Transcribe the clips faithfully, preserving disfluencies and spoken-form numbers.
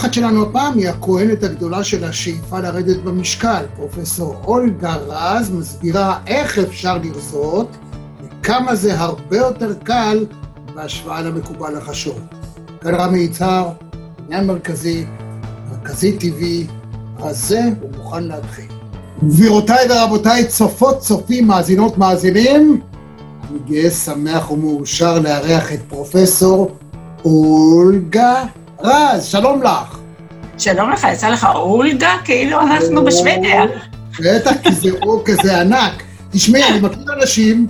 האורחת שלנו עוד פעם היא הכהנת הגדולה של השאיפה לרדת במשקל. פרופסור אולגה רז מסבירה איך אפשר לרזות וכמה זה הרבה יותר קל בהשוואה למקובל החשוב. כאן רמי יצהר, עניין מרכזי, מרכזי טבעי, רזה ומוכן להתחיל. גבירותיי ורבותיי, צופות, צופים, מאזינות, מאזינים, אני גאה, שמח ומאושר לארח את פרופסור אולגה רז. שלום לך. שלום לך, יצא לך אולגה? כאילו אנחנו בשוודיה. בטח, כי זה או כזה ענק. תשמעי, אני מכיר אנשים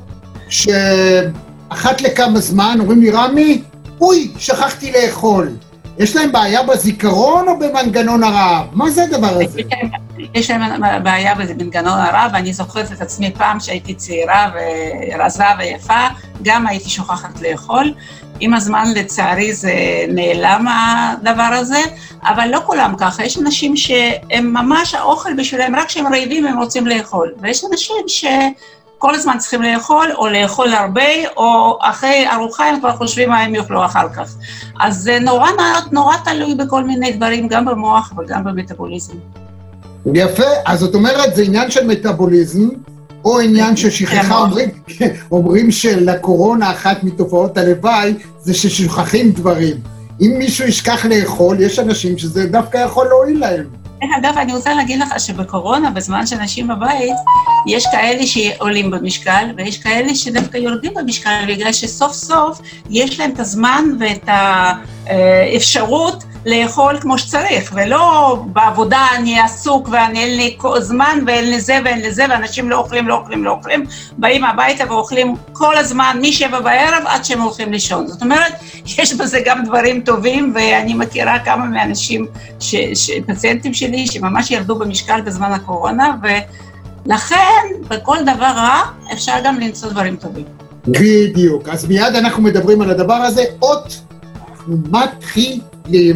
שאחת לכמה זמן אומרים לי, רמי, אוי, שכחתי לאכול. יש להם בעיה בזיכרון או במנגנון הרעב? מה זה הדבר הזה? יש להם בעיה במנגנון הרעב, ואני זוכרת את עצמי פעם שהייתי צעירה ורזה ויפה, גם הייתי שוכחת לאכול. עם הזמן לצערי זה נעלם הדבר הזה, אבל לא כולם ככה. יש אנשים שהם ממש האוכל בשבילם, רק כשהם רעבים הם רוצים לאכול. ויש אנשים שכל הזמן צריכים לאכול, או לאכול הרבה, או אחרי ארוחה הם כבר חושבים מה הם יאכלו אחר כך. אז זה נורא נורא תלוי בכל מיני דברים, גם במוח וגם במטאבוליזם. יפה, אז זאת אומרת, זה עניין של מטאבוליזם, או עניין ששכחה, אומרים, אומרים שלקורונה אחת מתופעות הלוואי, זה ששוכחים דברים. אם מישהו ישכח לאכול, יש אנשים שזה דווקא יכול להועיל להם. אגב, אני רוצה להגיד לך שבקורונה, בזמן שאנשים בבית, יש כאלה שעולים במשקל, ויש כאלה שדווקא יורדים במשקל, בגלל שסוף סוף יש להם את הזמן ואת האפשרות לאכול כמו שצריך, ולא בעבודה אני עסוק ואני אין לי זמן ואין לזה ואין לזה, ואנשים לא אוכלים, לא אוכלים, לא אוכלים, באים הביתה ואוכלים כל הזמן משבע בערב עד שהם הולכים לישון. זאת אומרת, יש בזה גם דברים טובים, ואני מכירה כמה מאנשים, ש, ש, פציינטים שלי, שממש ירדו במשקל בזמן הקורונה, ולכן בכל דבר רע אפשר גם למצוא דברים טובים. בדיוק, אז מיד אנחנו מדברים על הדבר הזה, עוד אנחנו מתחילים.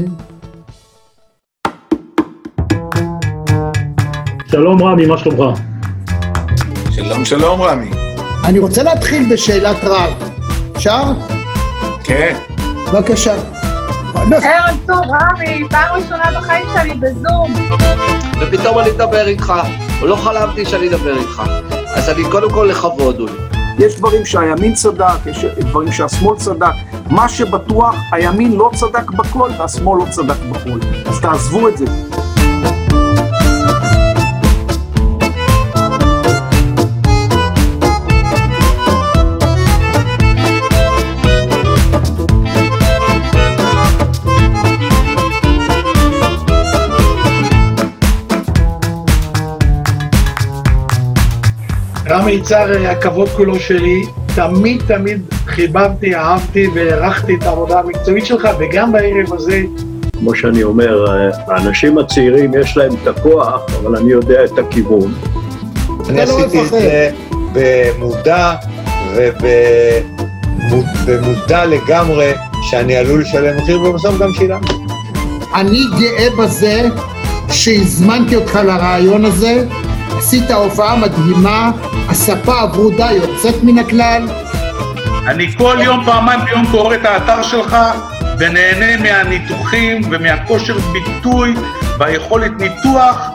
שלום רמי, מה שלומך? שלום שלום רמי. אני רוצה להתחיל בשאלת רב. אפשר? כן. בבקשה. ערב טוב רמי, פעם ראשונה בחיים שלי בזום. ופתאום אני אדבר איתך, לא חלמתי שאני אדבר איתך. אז אני קודם כל לכבוד אולי. יש דברים שהימין צדק, יש דברים שהשמאל צדק. מה שבטוח, הימין לא צדק בכל והשמאל לא צדק בכל. אז תעזבו את זה. רמי יצהר, הכבוד כולו שלי, תמיד תמיד חיבבתי, אהבתי והערכתי את העבודה המקצועית שלך, וגם בערב הזה, כמו שאני אומר, האנשים הצעירים יש להם את הכוח, אבל אני יודע את הכיוון. אני עשיתי את זה במודע ובמודע לגמרי שאני עלול לשלם מחיר, ובסוף גם שילם. אני גאה בזה שהזמנתי אותך לרעיון הזה, עשית הופעה מדהימה, הספה הברודה יוצאת מן הכלל. אני כל יום פעמיים ביום קורא את האתר שלך ונהנה מהניתוחים ומהכושר ביטוי והיכולת ניתוח.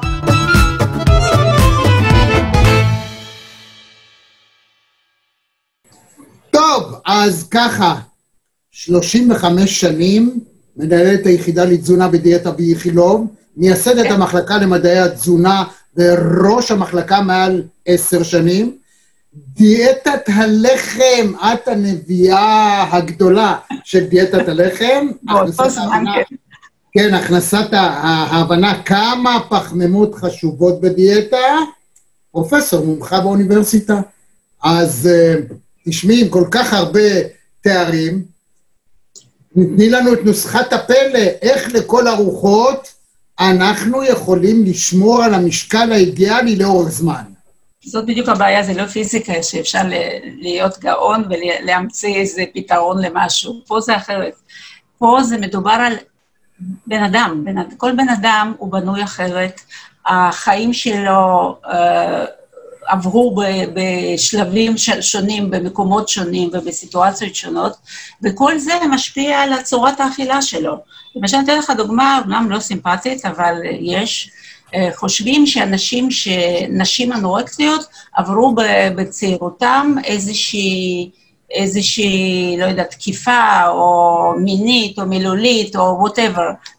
טוב, אז ככה, שלושים וחמש שנים, מנהלת היחידה לתזונה בדיאטה באיכילוב, מייסדת המחלקה למדעי התזונה וראש המחלקה מעל עשר שנים. דיאטת הלחם, את הנביאה הגדולה של דיאטת הלחם. הכנסת ההבנה, כן, הכנסת ההבנה כמה פחמימות חשובות בדיאטה. פרופסור, מומחה באוניברסיטה. אז תשמעי, עם כל כך הרבה תארים, תני לנו את נוסחת הפלא, איך לכל הרוחות אנחנו יכולים לשמור על המשקל האידיאלי לאורך זמן. זאת בדיוק הבעיה, זה לא פיזיקה שאפשר להיות גאון ולהמציא איזה פתרון למשהו. פה זה אחרת. פה זה מדובר על בן אדם. כל בן אדם הוא בנוי אחרת. החיים שלו עברו בשלבים שונים, במקומות שונים ובסיטואציות שונות, וכל זה משפיע על צורת האכילה שלו. למשל, אני אתן לך דוגמה, אמנם לא סימפטית, אבל יש, חושבים שאנשים, שנשים אנורקטיות עברו בצעירותם איזושהי, איזושהי, לא יודעת, תקיפה או מינית או מילולית או whatever,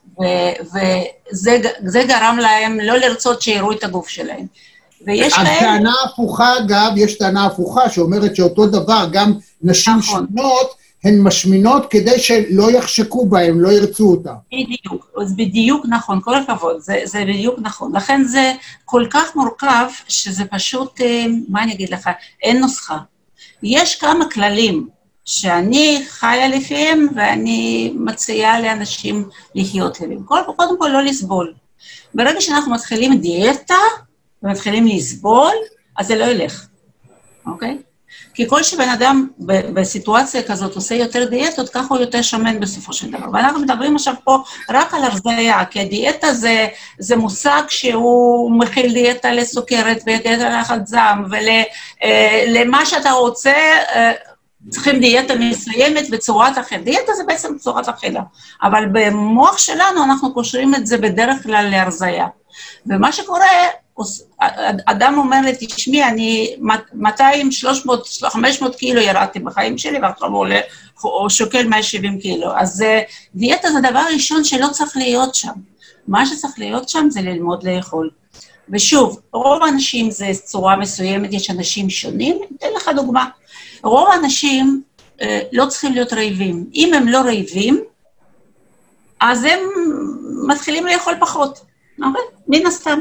וזה גרם להם לא לרצות שיראו את הגוף שלהם. ויש אז להם... טענה הפוכה, אגב, יש טענה הפוכה שאומרת שאותו דבר, גם נשים נכון. שמנות, הן משמינות כדי שלא יחשקו בהם, לא ירצו אותם. בדיוק, אז בדיוק נכון, כל הכבוד, זה, זה בדיוק נכון. לכן זה כל כך מורכב, שזה פשוט, מה אני אגיד לך, אין נוסחה. יש כמה כללים שאני חיה לפיהם, ואני מציעה לאנשים לחיות לפיהם. קודם כל לא לסבול. ברגע שאנחנו מתחילים דיאטה, ומתחילים לסבול, אז זה לא ילך, אוקיי? כי כל שבן אדם בסיטואציה כזאת עושה יותר דיאטות, ככה הוא יותר שמן בסופו של דבר. ואנחנו מדברים עכשיו פה רק על הרזיה, כי הדיאטה זה, זה מושג שהוא מכיל דיאטה לסוכרת, ודיאטה לחץ דם, ולמה שאתה רוצה, צריכים דיאטה מסוימת וצורת אחרת. דיאטה זה בעצם צורת אכילה. אבל במוח שלנו אנחנו קושרים את זה בדרך כלל להרזיה. ומה שקורה, אדם אומר לי, תשמעי, אני מאתיים, שלוש מאות, חמש מאות קילו ירדתי בחיים שלי, ועכשיו הוא עולה, הוא שוקל מאה ושבעים קילו. אז דיאטה זה דבר ראשון שלא צריך להיות שם. מה שצריך להיות שם זה ללמוד לאכול. ושוב, רוב האנשים זה צורה מסוימת, יש אנשים שונים, אתן לך דוגמה. רוב האנשים אה, לא צריכים להיות רעבים. אם הם לא רעבים, אז הם מתחילים לאכול פחות. אוקיי? מן הסתם.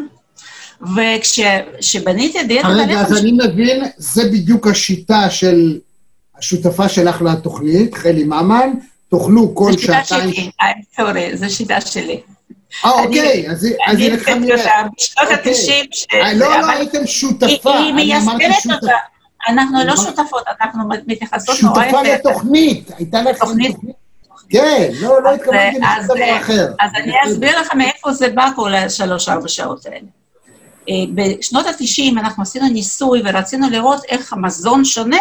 וכשבניתי את דיאטה... רגע, אז אני מבין, זה בדיוק השיטה של השותפה שלך לתוכנית, חלי ממן, תאכלו כל שעתיים... זה שיטה שלי, סורי, זה שיטה שלי. אה, אוקיי, אז היא לקחה נראה. בשנות ה-תשעים... לא, לא הייתם שותפה, אני אמרתי שותפה. אנחנו לא שותפות, אנחנו מתייחסות נורא יפה. שותפה לתוכנית, הייתה לך תוכנית. כן, לא, לא התכוונתי לשום דבר אחר. אז אני אסביר לך מאיפה זה בא כל השלוש-ארבע שעות האלה. בשנות ה-תשעים אנחנו עשינו ניסוי ורצינו לראות איך המזון שונה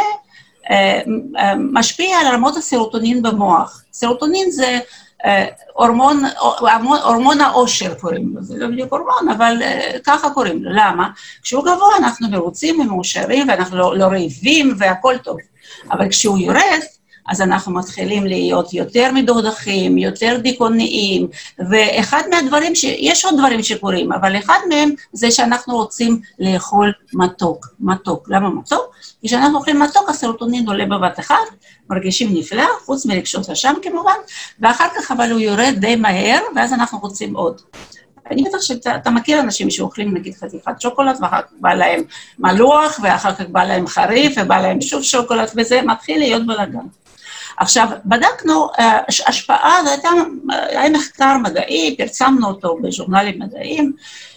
משפיע על רמות הסרוטונין במוח. סרוטונין זה הורמון, הורמון האושר קוראים לו, זה לא בדיוק הורמון, אבל ככה קוראים לו. למה? כשהוא גבוה אנחנו מרוצים ומאושרים ואנחנו לא, לא רעבים והכל טוב. אבל כשהוא יורד, אז אנחנו מתחילים להיות יותר מדוכדכים, יותר דיכאוניים, ואחד מהדברים, ש... יש עוד דברים שקורים, אבל אחד מהם זה שאנחנו רוצים לאכול מתוק, מתוק. למה מתוק? כי כשאנחנו אוכלים מתוק, הסרוטונין עולה בבת אחת, מרגישים נפלא, חוץ מרגשות אשם כמובן, ואחר כך אבל הוא יורד די מהר, ואז אנחנו רוצים עוד. אני בטח שאתה מכיר אנשים שאוכלים נגיד חתיכת שוקולד, ואחר כך בא להם מלוח, ואחר כך בא להם חריף, ובא להם שוב שוקולד, וזה מתחיל להיות בלגן. עכשיו, בדקנו, השפעה, זה הייתה, היה מחקר מדעי, פרסמנו אותו בז'ורנלים מדעיים,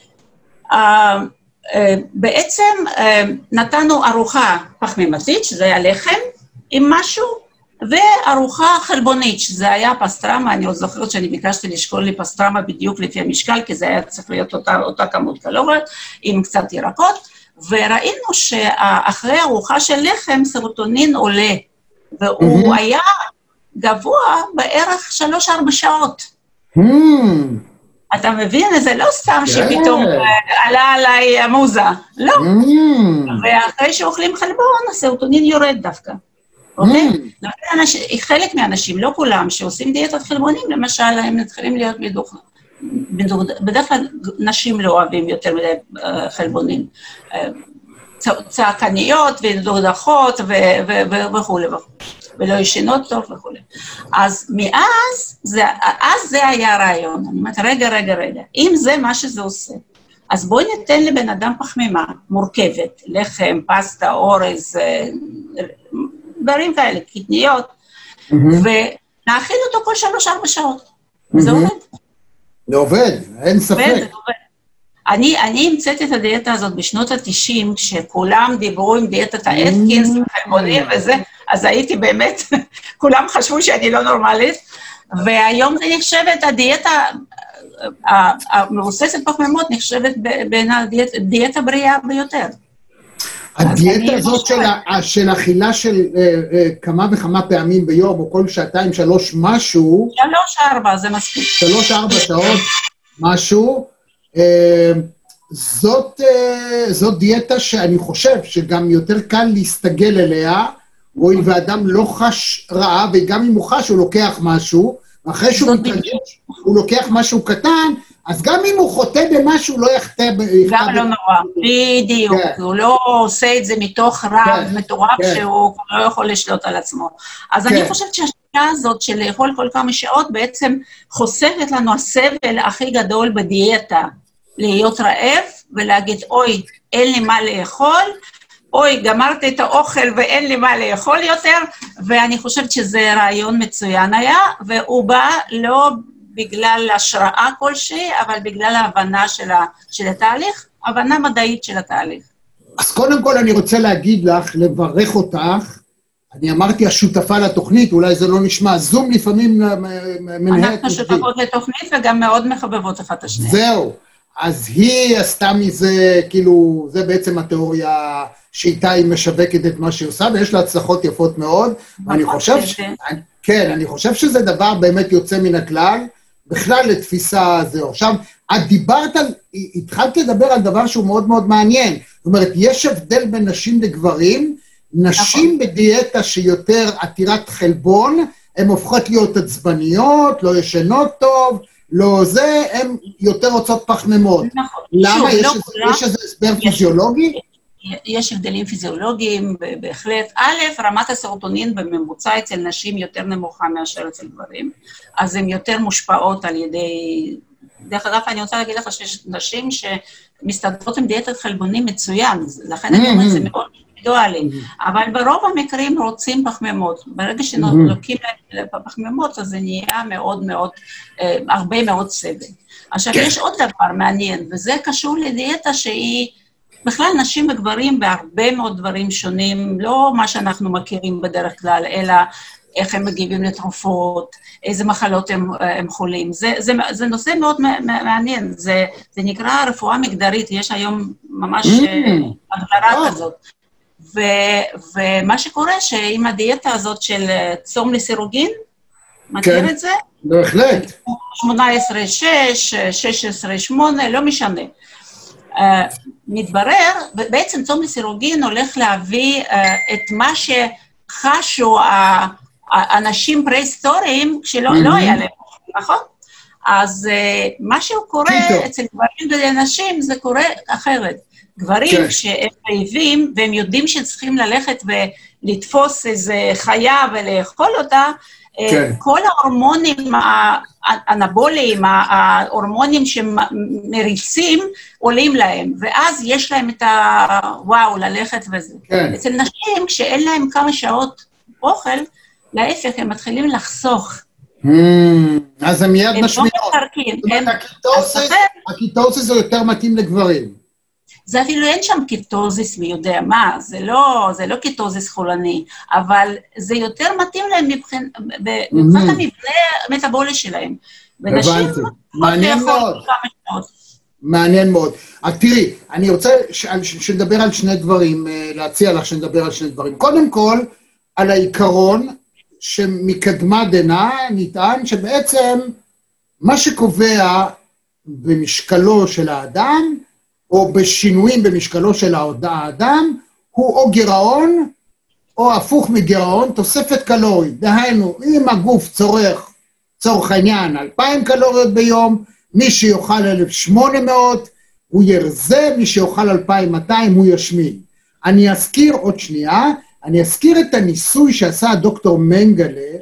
בעצם נתנו ארוחה פחמימתית, שזה היה לחם, עם משהו, וארוחה חלבונית, שזה היה פסטרמה, אני עוד זוכרת שאני ביקשתי לשקול לי פסטרמה בדיוק לפי המשקל, כי זה היה צריך להיות אותה, אותה כמות קלוריות, עם קצת ירקות, וראינו שאחרי ארוחה של לחם, סרוטונין עולה, והוא היה גבוה בערך שלוש-ארבע שעות. אתה מבין? זה לא סתם שפתאום עלה עליי המוזה, לא. ואחרי שאוכלים חלבון, הסרוטונין יורד דווקא. אוקיי? חלק מהאנשים, לא כולם, שעושים דיאטת חלבונים, למשל, הם מתחילים להיות מדוכנים. בדרך כלל נשים לא אוהבים יותר מדי חלבונים. צעקניות ודורדכות וכו' ולא ישנות טוב וכו'. אז מאז, אז זה היה רעיון. אני אומרת, רגע, רגע, רגע, אם זה מה שזה עושה, אז בואי ניתן לבן אדם פחמימה מורכבת, לחם, פסטה, אורז, דברים כאלה, קטניות, ונאכיל אותו כל שלוש-ארבע שעות. וזה עובד. זה עובד, אין ספק. אני, אני המצאתי את הדיאטה הזאת בשנות ה-תשעים, כשכולם דיברו עם דיאטת האטקינס וחלבונים וזה, אז הייתי באמת, כולם חשבו שאני לא נורמלית, והיום זה נחשבת, הדיאטה המבוססת פחמימות נחשבת בעיניי דיאטה בריאה ביותר. הדיאטה הזאת של, ה, של אכילה של uh, uh, כמה וכמה פעמים ביום, או כל שעתיים, שלוש משהו, שלוש, ארבע, זה מספיק. שלוש, ארבע שעות, משהו, uh, זאת, uh, זאת דיאטה שאני חושב שגם יותר קל להסתגל אליה, או אם ואדם לא חש רעה, וגם אם הוא חש, הוא לוקח משהו, אחרי שהוא מתרגש, הוא לוקח משהו קטן, אז גם אם הוא חוטא במשהו, לא יחטא... גם לא נורא, בדיוק, הוא לא עושה את זה מתוך רב מטורף שהוא לא יכול לשלוט על עצמו. אז אני חושבת שהשאלה הזאת של לאכול כל כמה שעות, בעצם חושפת לנו הסבל הכי גדול בדיאטה, להיות רעב ולהגיד, אוי, אין לי מה לאכול, אוי, גמרתי את האוכל ואין לי מה לאכול יותר, ואני חושבת שזה רעיון מצוין היה, והוא בא לא... בגלל השראה כלשהי, אבל בגלל ההבנה של, ה, של התהליך, הבנה מדעית של התהליך. אז קודם כל אני רוצה להגיד לך, לברך אותך, אני אמרתי השותפה לתוכנית, אולי זה לא נשמע, זום לפעמים מנהלת... אנחנו שותפות לתוכנית וגם מאוד מחבבות אחת את השנייה. זהו, אז היא עשתה מזה, כאילו, זה בעצם התיאוריה שאיתה היא משווקת את מה שהיא עושה, ויש לה הצלחות יפות מאוד, ואני חושב ש... כן, אני חושב שזה דבר באמת יוצא מן הכלל, בכלל לתפיסה זו. עכשיו, את דיברת על, התחלת לדבר על דבר שהוא מאוד מאוד מעניין. זאת אומרת, יש הבדל בין נשים לגברים, נשים בדיאטה שיותר עתירת חלבון, הן הופכות להיות עצבניות, לא ישנות טוב, לא זה, הן יותר רוצות פחמימות. נכון. למה? יש איזה הסבר פיזיולוגי? יש הבדלים פיזיולוגיים, בהחלט. א', רמת הסרוטונין בממוצע אצל נשים יותר נמוכה מאשר אצל גברים, אז הן יותר מושפעות על ידי... דרך אגב, אני רוצה להגיד לך שיש נשים שמסתדרות עם דיאטת חלבונים מצוין, לכן אני אומרת, זה מאוד אינדיבידואלי, אבל ברוב המקרים רוצים פחמימות. ברגע שנלוקים להם פחמימות, אז זה נהיה מאוד מאוד, הרבה מאוד סבל. עכשיו, יש עוד דבר מעניין, וזה קשור לדיאטה שהיא... בכלל, נשים וגברים בהרבה מאוד דברים שונים, לא מה שאנחנו מכירים בדרך כלל, אלא איך הם מגיבים לתרופות, איזה מחלות הם, הם חולים. זה, זה, זה נושא מאוד מעניין, זה, זה נקרא רפואה מגדרית, יש היום ממש הגדרה כזאת. ו, ומה שקורה שעם הדיאטה הזאת של צום לסירוגין, מכיר את זה? בהחלט. שמונה עשרה שש, שש עשרה שמונה, לא משנה. Uh, מתברר, בעצם צום לסירוגין הולך להביא uh, את מה שחשו האנשים פרה-היסטוריים כשלא mm-hmm. לא היה להם, נכון? אז uh, מה שהוא קורה קיטו. אצל גברים ולנשים זה קורה אחרת. גברים כן. שהם רעבים והם יודעים שצריכים ללכת ולתפוס איזה חיה ולאכול אותה, כן. כל ההורמונים האנבוליים, ההורמונים שמריצים, עולים להם, ואז יש להם את הוואו, ללכת וזה. כן. אצל נשים, כשאין להם כמה שעות אוכל, להפך, הם מתחילים לחסוך. Mm, אז הם מיד משמיעות. הם הקיטוזיס זה יותר מתאים לגברים. זה אפילו אין שם קיטוזיס מי יודע מה, זה לא, זה לא קיטוזיס חולני, אבל זה יותר מתאים להם מבחינת המבנה המטאבולי שלהם. הבנתי, מעניין מאוד. מעניין מאוד. אז תראי, אני רוצה שנדבר על שני דברים, להציע לך שנדבר על שני דברים. קודם כל, על העיקרון שמקדמה דנא נטען שבעצם מה שקובע במשקלו של האדם, או בשינויים במשקלו של האדם, הוא או גירעון, או הפוך מגירעון, תוספת קלורית. דהיינו, אם הגוף צורך, צורך העניין, אלפיים קלוריות ביום, מי שיוכל אלף ושמונה מאות, הוא ירזה, מי שיוכל אלפיים ומאתיים, הוא ישמין. אני אזכיר עוד שנייה, אני אזכיר את הניסוי שעשה הדוקטור מנגלה,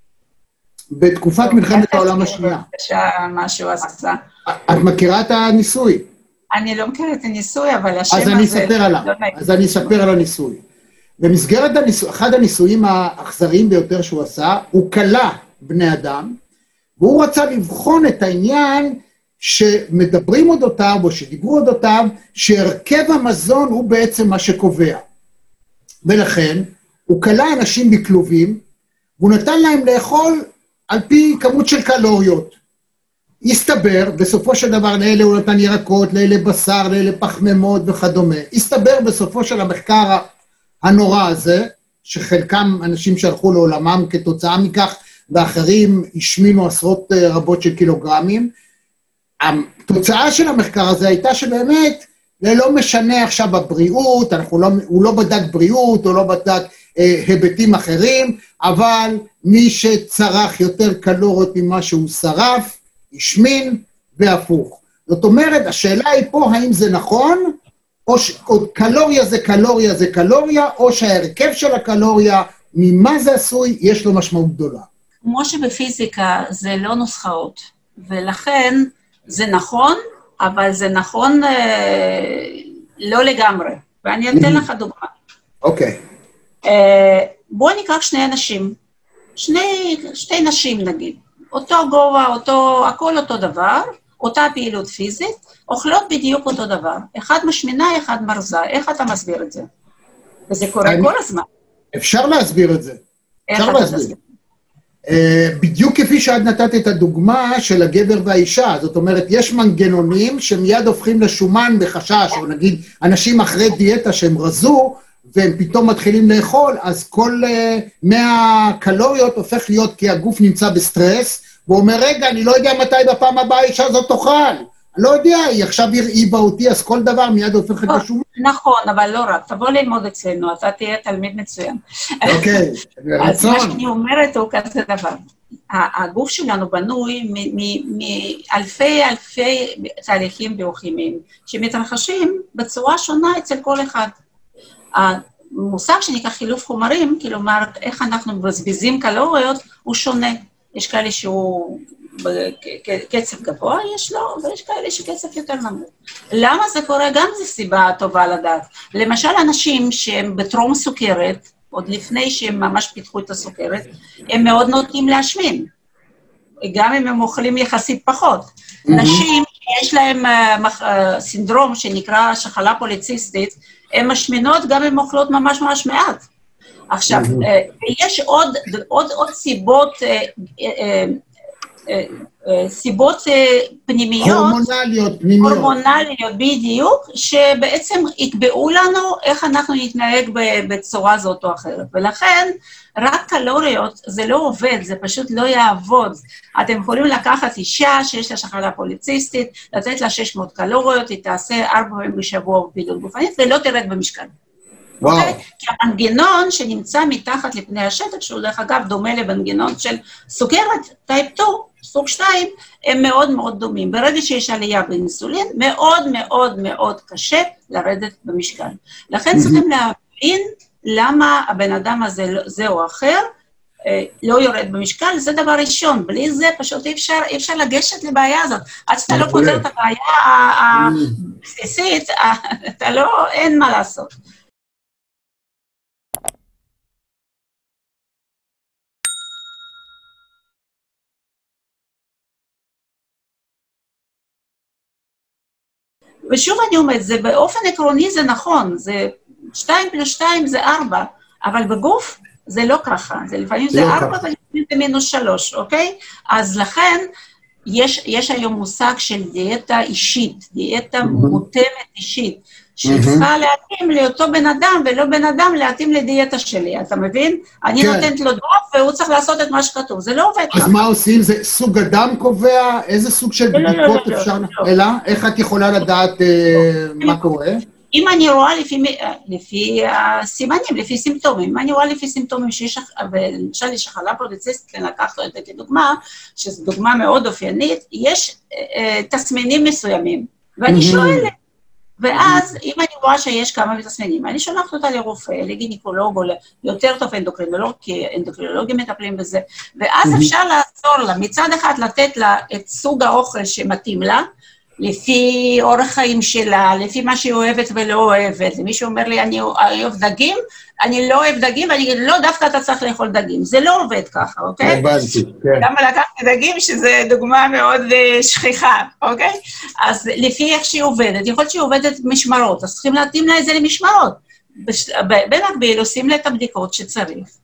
בתקופת מלחמת העולם השנייה. מה שהוא עשה. את מכירה את הניסוי? אני לא מכירה את הניסוי, אבל השם הזה... אז אני אספר עליו, אז אני אספר על הניסוי. במסגרת הניסוי, אחד הניסויים האכזריים ביותר שהוא עשה, הוא קלה בני אדם, והוא רצה לבחון את העניין שמדברים אודותיו, או שדיברו אודותיו, שהרכב המזון הוא בעצם מה שקובע. ולכן, הוא קלה אנשים בכלובים, והוא נתן להם לאכול על פי כמות של קלוריות. הסתבר, בסופו של דבר, לאלה הוא נתן ירקות, לאלה בשר, לאלה פחמימות וכדומה. הסתבר בסופו של המחקר הנורא הזה, שחלקם אנשים שהלכו לעולמם כתוצאה מכך, ואחרים השמינו עשרות רבות של קילוגרמים. התוצאה של המחקר הזה הייתה שבאמת, זה לא משנה עכשיו הבריאות, אנחנו לא, הוא לא בדק בריאות, הוא לא בדק אה, היבטים אחרים, אבל מי שצרך יותר קלוריות ממה שהוא שרף, השמין והפוך. זאת אומרת, השאלה היא פה, האם זה נכון, או, ש... או קלוריה זה קלוריה זה קלוריה, או שההרכב של הקלוריה, ממה זה עשוי, יש לו משמעות גדולה. כמו שבפיזיקה זה לא נוסחאות, ולכן זה נכון, אבל זה נכון אה, לא לגמרי. ואני אתן לך דוגמה. אוקיי. אה, בואו ניקח שני אנשים, שני, שתי נשים נגיד, אותו גובה, אותו, הכל אותו דבר, אותה פעילות פיזית, אוכלות בדיוק אותו דבר. אחד משמינה, אחד מרזה. איך אתה מסביר את זה? וזה קורה אני... כל הזמן. אפשר להסביר את זה. איך אפשר אתה להסביר. תסביר? Uh, בדיוק כפי שאת נתת את הדוגמה של הגבר והאישה, זאת אומרת, יש מנגנונים שמיד הופכים לשומן בחשש, או נגיד, אנשים אחרי דיאטה שהם רזו, והם פתאום מתחילים לאכול, אז כל uh, מאה קלוריות הופך להיות כי הגוף נמצא בסטרס, והוא אומר, רגע, אני לא יודע מתי בפעם הבאה האישה הזאת תאכל. אני לא יודע, היא עכשיו הרעיבה אותי, אז כל דבר מיד הופך לשומן. נכון, אבל לא רק, תבוא ללמוד אצלנו, אתה תהיה תלמיד מצוין. אוקיי, אז מה שאני אומרת הוא כזה דבר. הגוף שלנו בנוי מאלפי אלפי תהליכים ביוכימיים, שמתרחשים בצורה שונה אצל כל אחד. המושג שנקרא חילוף חומרים, כלומר, איך אנחנו מבזבזים קלוריות, הוא שונה. יש כאלה שהוא בקצב גבוה, יש לו, ויש כאלה שקצב יותר נמוך. למה זה קורה? גם זו סיבה טובה לדעת. למשל, אנשים שהם בטרום סוכרת, עוד לפני שהם ממש פיתחו את הסוכרת, הם מאוד נוטים להשמין. גם אם הם אוכלים יחסית פחות. Mm-hmm. נשים שיש להם uh, סינדרום שנקרא שחלה פוליציסטית, הן משמינות גם אם אוכלות ממש ממש מעט. עכשיו, mm-hmm. יש עוד, עוד, עוד סיבות, סיבות פנימיות, הורמונליות, פנימיות. הורמונליות בדיוק, שבעצם יקבעו לנו איך אנחנו נתנהג בצורה זאת או אחרת. ולכן, רק קלוריות זה לא עובד, זה פשוט לא יעבוד. אתם יכולים לקחת אישה שיש לה שחלה פוליציסטית, לתת לה שש מאות קלוריות, היא תעשה ארבע פעמים בשבוע בפעילות גופנית, ולא תרד במשקל. וואו. Okay? כי המנגנון שנמצא מתחת לפני השטח, שהוא דרך אגב דומה למנגנון של סוכרת, טייפ שתיים, סוג שתיים, הם מאוד מאוד דומים. ברגע שיש עלייה באינסולין, מאוד מאוד מאוד קשה לרדת במשקל. לכן צריכים להבין למה הבן אדם הזה, זה או אחר, לא יורד במשקל, זה דבר ראשון. בלי זה פשוט אי אפשר, אי אפשר לגשת לבעיה הזאת. עד שאתה לא פותר את הבעיה הבסיסית, אתה לא, אין מה לעשות. ושוב אני אומרת, זה באופן עקרוני זה נכון, זה שתיים פלוס שתיים זה ארבע, אבל בגוף זה לא ככה, זה לפעמים זה ארבע ולפעמים זה מינוס שלוש, אוקיי? אז לכן יש, יש היום מושג של דיאטה אישית, דיאטה מותאמת אישית, שצריכה להתאים לאותו בן אדם, ולא בן אדם להתאים לדיאטה שלי, אתה מבין? אני נותנת לו דוח, והוא צריך לעשות את מה שכתוב, זה לא עובד. אז מה עושים? זה סוג אדם קובע? איזה סוג של בדיקות אפשר? אלא? איך את יכולה לדעת מה קורה? אם אני רואה לפי סימנים, לפי סימפטומים, אם אני רואה לפי סימפטומים שיש, ולמשל יש שחלה פוליציסטית, לקחת לו את זה כדוגמה, שזו דוגמה מאוד אופיינית, יש תסמינים מסוימים, ואני שואלת, ואז, אם אני רואה שיש כמה מתסמינים, אני שולחת אותה לרופא, לגינקולוג, או יותר טוב אנדוקרינולוג, כי אנדוקרינולוגים מטפלים בזה, ואז אפשר לעצור לה, מצד אחד לתת לה את סוג האוכל שמתאים לה, לפי אורח חיים שלה, לפי מה שהיא אוהבת ולא אוהבת. מישהו אומר לי, אני אוהב דגים, אני לא אוהב דגים, ואני אגיד, לא, דווקא אתה צריך לאכול דגים. זה לא עובד ככה, אוקיי? הבנתי, כן. למה לקחתי דגים, שזו דוגמה מאוד שכיחה, אוקיי? אז לפי איך שהיא עובדת, יכול להיות שהיא עובדת משמרות, אז צריכים להתאים לה את זה למשמרות. במקביל עושים לה את הבדיקות שצריך.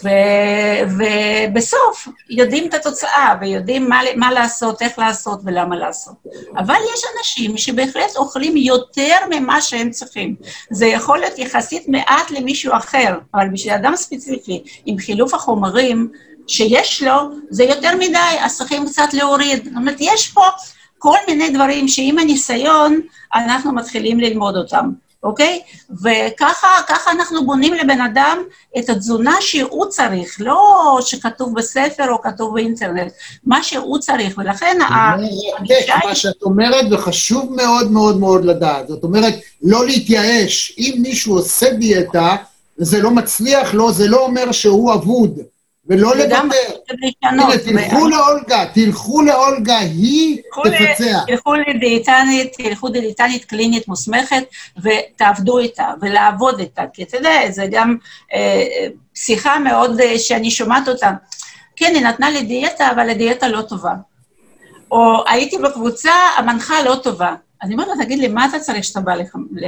ובסוף יודעים את התוצאה, ויודעים מה, מה לעשות, איך לעשות ולמה לעשות. אבל יש אנשים שבהחלט אוכלים יותר ממה שהם צריכים. זה יכול להיות יחסית מעט למישהו אחר, אבל בשביל אדם ספציפי, עם חילוף החומרים שיש לו, זה יותר מדי, אז צריכים קצת להוריד. זאת אומרת, יש פה כל מיני דברים שעם הניסיון אנחנו מתחילים ללמוד אותם. אוקיי? וככה, ככה אנחנו בונים לבן אדם את התזונה שהוא צריך, לא שכתוב בספר או כתוב באינטרנט, מה שהוא צריך, ולכן הגישה... מה שאת אומרת, וחשוב מאוד מאוד מאוד לדעת, זאת אומרת, לא להתייאש, אם מישהו עושה דיאטה, וזה לא מצליח לו, זה לא אומר שהוא אבוד, ולא לוותר. הנה, תלכו לאולגה, תלכו לאולגה, היא תפצע. תלכו לדיאטנית, תלכו לדיאטנית קלינית מוסמכת, ותעבדו איתה, ולעבוד איתה, כי אתה יודע, זה גם שיחה מאוד שאני שומעת אותה. כן, היא נתנה לי דיאטה, אבל הדיאטה לא טובה. או הייתי בקבוצה, המנחה לא טובה. אני אומרת לה, תגיד לי, מה אתה צריך שאתה בא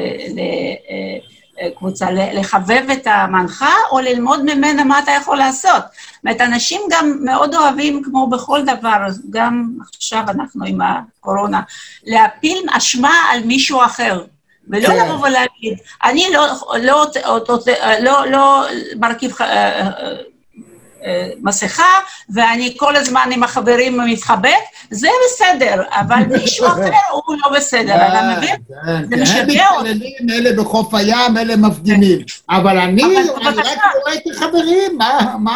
לקבוצה? לחבב את המנחה, או ללמוד ממנה מה אתה יכול לעשות? זאת אומרת, אנשים גם מאוד אוהבים, כמו בכל דבר, גם עכשיו אנחנו עם הקורונה, להפיל אשמה על מישהו אחר, ולא לבוא ולהגיד, אני לא, לא, לא, לא מרכיב מסכה, ואני כל הזמן עם החברים מתחבק, זה בסדר, אבל מישהו אחר הוא לא בסדר, אתה מבין? זה משגע אותי. אלה בחוף הים, אלה מפגינים, אבל אני רק רואה את החברים, מה? מה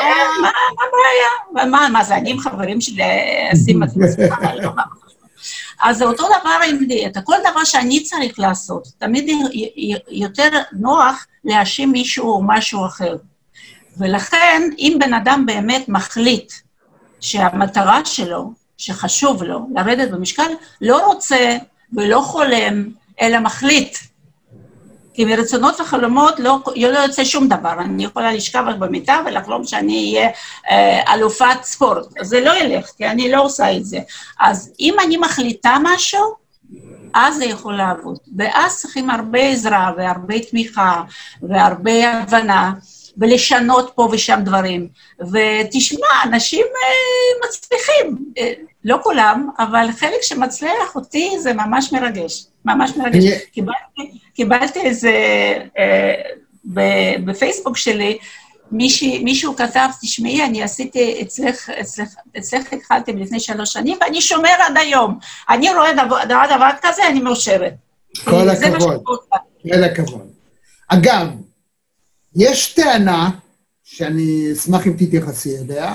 הבעיה? מה זה, אני עם חברים שלי אשים את מסכה, לא מה. אז זה אותו דבר עם דיאטה, כל דבר שאני צריך לעשות, תמיד יותר נוח להאשים מישהו או משהו אחר. ולכן, אם בן אדם באמת מחליט שהמטרה שלו, שחשוב לו לרדת במשקל, לא רוצה ולא חולם, אלא מחליט. כי מרצונות וחלומות לא, לא יוצא שום דבר. אני יכולה לשכב במיטה ולחלום שאני אהיה אה, אלופת ספורט. אז זה לא ילך, כי אני לא עושה את זה. אז אם אני מחליטה משהו, אז זה יכול לעבוד. ואז צריכים הרבה עזרה והרבה תמיכה והרבה הבנה, ולשנות פה ושם דברים. ותשמע, אנשים אה, מצליחים, אה, לא כולם, אבל חלק שמצליח אותי זה ממש מרגש, ממש מרגש. קיבלתי, קיבלתי איזה, אה, בפייסבוק שלי, מישהו, מישהו כתב, תשמעי, אני עשיתי אצלך, אצלך, אצלך התחלתי לפני שלוש שנים, ואני שומר עד היום. אני רואה דבר, דבר, דבר כזה, אני מאושרת. כל הכבוד, כל הכבוד. אגב, יש טענה, שאני אשמח אם תתייחסי אליה,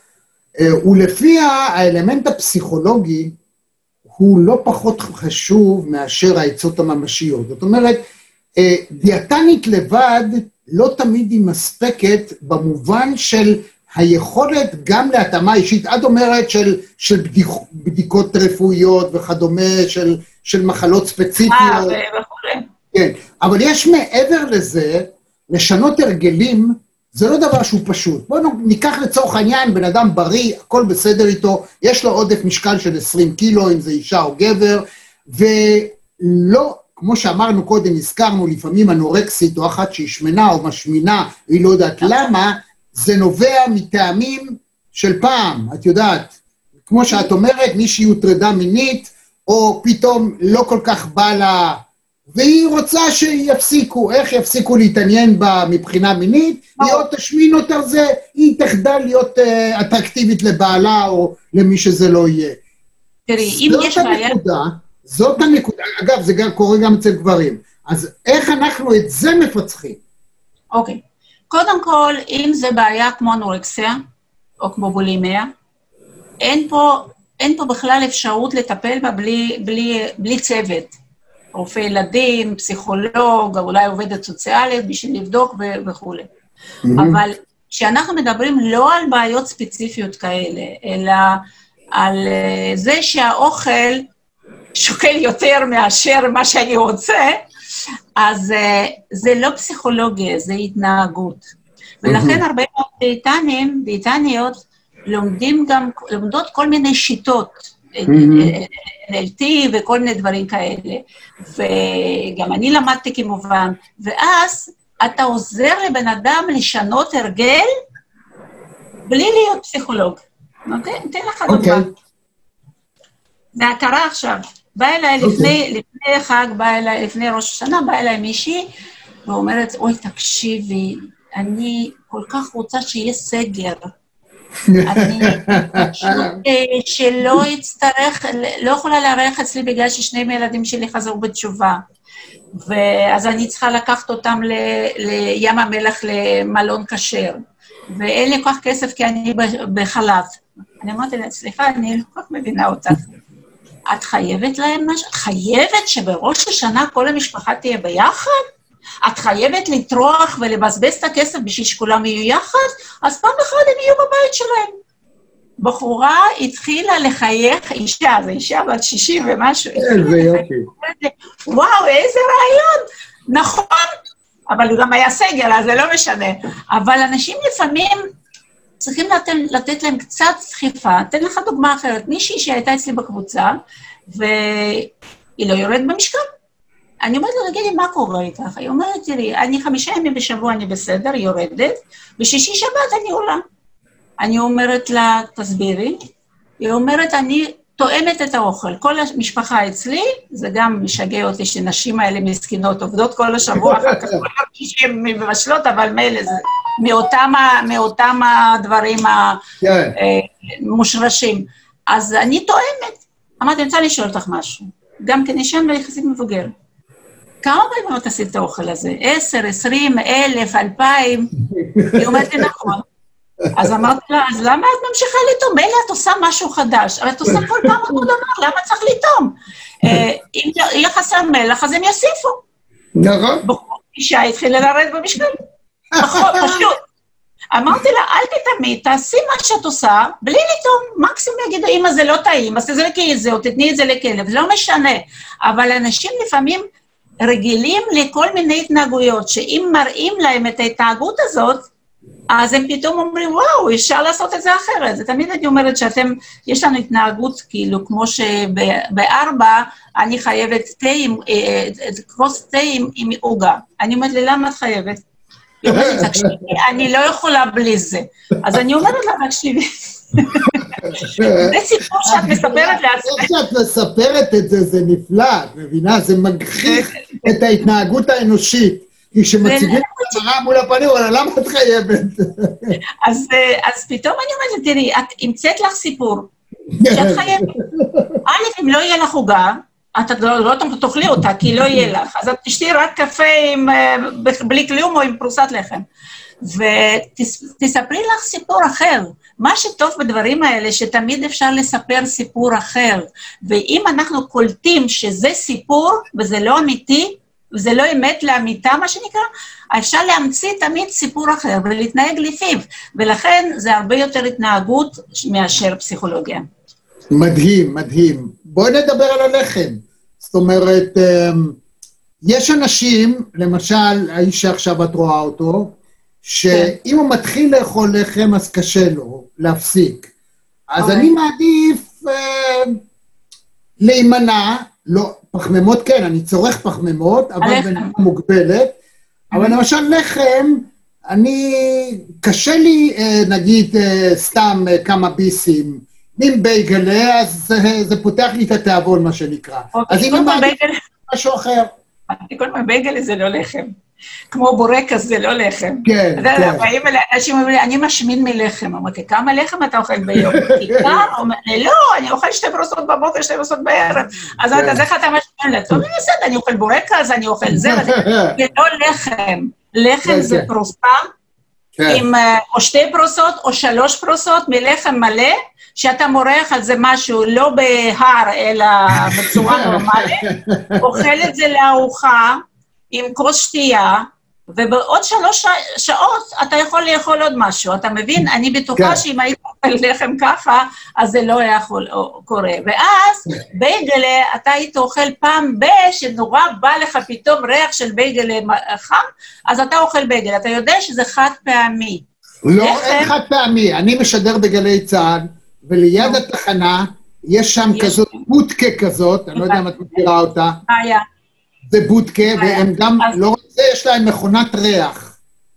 ולפיה האלמנט הפסיכולוגי הוא לא פחות חשוב מאשר העצות הממשיות. זאת אומרת, דיאטנית לבד לא תמיד היא מספקת במובן של היכולת גם להתאמה אישית. את אומרת של, של בדיק, בדיקות רפואיות וכדומה, של, של מחלות ספציפיות. אה, וכולי. כן, אבל יש מעבר לזה, לשנות הרגלים, זה לא דבר שהוא פשוט. בואו ניקח לצורך העניין, בן אדם בריא, הכל בסדר איתו, יש לו עודף משקל של עשרים קילו, אם זה אישה או גבר, ולא, כמו שאמרנו קודם, הזכרנו לפעמים אנורקסית, או אחת שהיא שמנה או משמינה, היא לא יודעת למה, זה נובע מטעמים של פעם, את יודעת, כמו שאת אומרת, מישהי הוטרדה מינית, או פתאום לא כל כך בא לה, והיא רוצה שיפסיקו, איך יפסיקו להתעניין בה מבחינה מינית, היא עוד תשמין אותה זה, היא תחדל להיות uh, אטרקטיבית לבעלה או למי שזה לא יהיה. תראי, אם יש בעיה... זאת הנקודה, אגב, זה גם קורה גם אצל גברים, אז איך אנחנו את זה מפצחים? אוקיי, קודם כל, אם זה בעיה כמו אנורקסיה, או כמו בולימיה, אין פה, אין פה בכלל אפשרות לטפל בה בלי, בלי, בלי צוות. רופא ילדים, פסיכולוג, אולי עובדת סוציאלית, בשביל לבדוק וכו'. Mm-hmm. אבל כשאנחנו מדברים לא על בעיות ספציפיות כאלה, אלא על uh, זה שהאוכל שוקל יותר מאשר מה שאני רוצה, אז uh, זה לא פסיכולוגיה, זה התנהגות. ולכן mm-hmm. הרבה מאוד דיאטנים, דיאטניות, לומדים גם, לומדות כל מיני שיטות, אן אל טי וכל מיני דברים כאלה, וגם אני למדתי כמובן, ואז אתה עוזר לבן אדם לשנות הרגל בלי להיות פסיכולוג. נותן, תן לך דוגמה. זה הכרה עכשיו. בא אליי לפני, לפני חג, בא אליי, לפני ראש השנה, בא אליי מישהי, ואומרת, אוי, תקשיבי, אני כל כך רוצה שיהיה סגר. אני שלא יצטרך, לא יכולה לארח אצלי בגלל ששני מילדים שלי חזרו בתשובה. ואז אני צריכה לקחת אותם לים המלח למלון כשר. ואין לי כל כך כסף כי אני בחל"ת. אני אמרתי לה, סליחה, אני לא כל כך מבינה אותך. את חייבת להם משהו? חייבת שבראש השנה כל המשפחה תהיה ביחד? את חייבת לטרוח ולבזבז את הכסף בשביל שכולם יהיו יחד? אז פעם אחת הם יהיו בבית שלהם. בחורה התחילה לחייך, אישה, זו אישה בת שישים ומשהו. וואו, איזה רעיון. נכון, אבל הוא גם היה סגל, אז זה לא משנה. אבל אנשים לפעמים צריכים לתת, לתת להם קצת דחיפה. אתן לך דוגמה אחרת. מישהי שהייתה אצלי בקבוצה, והיא לא יורדת במשקל. אני אומרת לה, תגידי, מה קורה איתך? היא אומרת, תראי, אני חמישה ימים בשבוע אני בסדר, יורדת, בשישי שבת אני עולה. אני אומרת לה, תסבירי. היא אומרת, אני תואמת את האוכל. כל המשפחה אצלי, זה גם משגע אותי שנשים האלה מסכינות, עובדות כל השבוע, אחר כך כל שהן מבשלות, אבל מילא זה מאותם, מאותם הדברים המושרשים. אז אני תואמת. אמרתי, אני רוצה לשאול אותך משהו. גם כנשן ויחסית מבוגר. כמה פעמים את עשית את האוכל הזה? עשר, עשרים, אלף, אלפיים? היא אומרת לי, נכון. אז אמרתי לה, אז למה את ממשיכה לטום? מילא את עושה משהו חדש, אבל את עושה כל פעם אותו דבר, למה צריך לטום? אם יהיה חסר מלח, אז הם יוסיפו. נכון. אישה התחילה לרדת במשקל. נכון, פשוט. אמרתי לה, אל תתמיד, תעשי מה שאת עושה, בלי לטום. מקסימום יגידו, אמא זה לא טעים, אז תזרקי את זה, או תתני את זה לכלב, זה לא משנה. אבל אנשים לפעמים רגילים לכל מיני התנהגויות, שאם מראים להם את ההתנהגות הזאת, אז הם פתאום אומרים, וואו, אפשר לעשות את זה אחרת. זה תמיד אני אומרת שאתם, יש לנו התנהגות, כאילו, כמו שבארבע, אני חייבת תה, כוס תה עם עוגה. אני אומרת לי, למה את חייבת? היא אומרת, תקשיבי, אני לא יכולה בלי זה. אז אני אומרת לה, תקשיבי. זה סיפור שאת מספרת לעצמך. איך שאת מספרת את זה, זה נפלא, מבינה? זה מגחיך את ההתנהגות האנושית. כי שמציגים את המראה מול הפנים, אבל למה את חייבת? אז פתאום אני אומרת, תראי, את המצאת לך סיפור, שאת חייבת. א', אם לא יהיה לך עוגה, את לא תאכלי אותה, כי לא יהיה לך, אז את תשתי רק קפה בלי כלום או עם פרוסת לחם. ותספרי לך סיפור אחר. מה שטוב בדברים האלה, שתמיד אפשר לספר סיפור אחר. ואם אנחנו קולטים שזה סיפור, וזה לא אמיתי, וזה לא אמת לאמיתה, מה שנקרא, אפשר להמציא תמיד סיפור אחר, ולהתנהג לפיו, ולכן זה הרבה יותר התנהגות מאשר פסיכולוגיה. מדהים, מדהים. בואי נדבר על הלחם. זאת אומרת, יש אנשים, למשל, האיש שעכשיו את רואה אותו, שאם הוא מתחיל לאכול לחם, אז קשה לו להפסיק. אז אני מעדיף להימנע, לא, פחמימות כן, אני צורך פחמימות, אבל בנקודה מוגבלת, אבל למשל לחם, אני, קשה לי, נגיד, סתם כמה ביסים, אם בייגלה, אז זה פותח לי את התיאבון, מה שנקרא. אז אם אני מעדיף משהו אחר. כל מה בייגלה זה לא לחם. כמו בורקס זה לא לחם. כן, כן. אנשים אומרים לי, אני משמין מלחם. אמרתי, כמה לחם אתה אוכל ביום? כיכר? לא, אני אוכל שתי פרוסות בבוקר, שתי פרוסות בערב. אז איך אתה משמין לך? אני בסדר, אני אוכל בורקס, אני אוכל זה, זה לא לחם. לחם זה פרוסה, או שתי פרוסות, או שלוש פרוסות מלחם מלא, שאתה מורח על זה משהו, לא בהר, אלא בצורה נורמלית, אוכל את זה לארוחה, עם כוס שתייה, ובעוד שלוש שעות אתה יכול לאכול עוד משהו. אתה מבין? אני בטוחה שאם היית אוכל לחם ככה, אז זה לא היה קורה. ואז בייגלה, אתה היית אוכל פעם ב, שנורא בא לך פתאום ריח של בייגלה חם, אז אתה אוכל בייגלה. אתה יודע שזה חד פעמי. לא, אין חד פעמי. אני משדר בגלי צה"ל, וליד התחנה, יש שם כזאת בוטקה כזאת, אני לא יודע אם את מכירה אותה. היה. זה בודקה, והם גם, לא רק זה, יש להם מכונת ריח.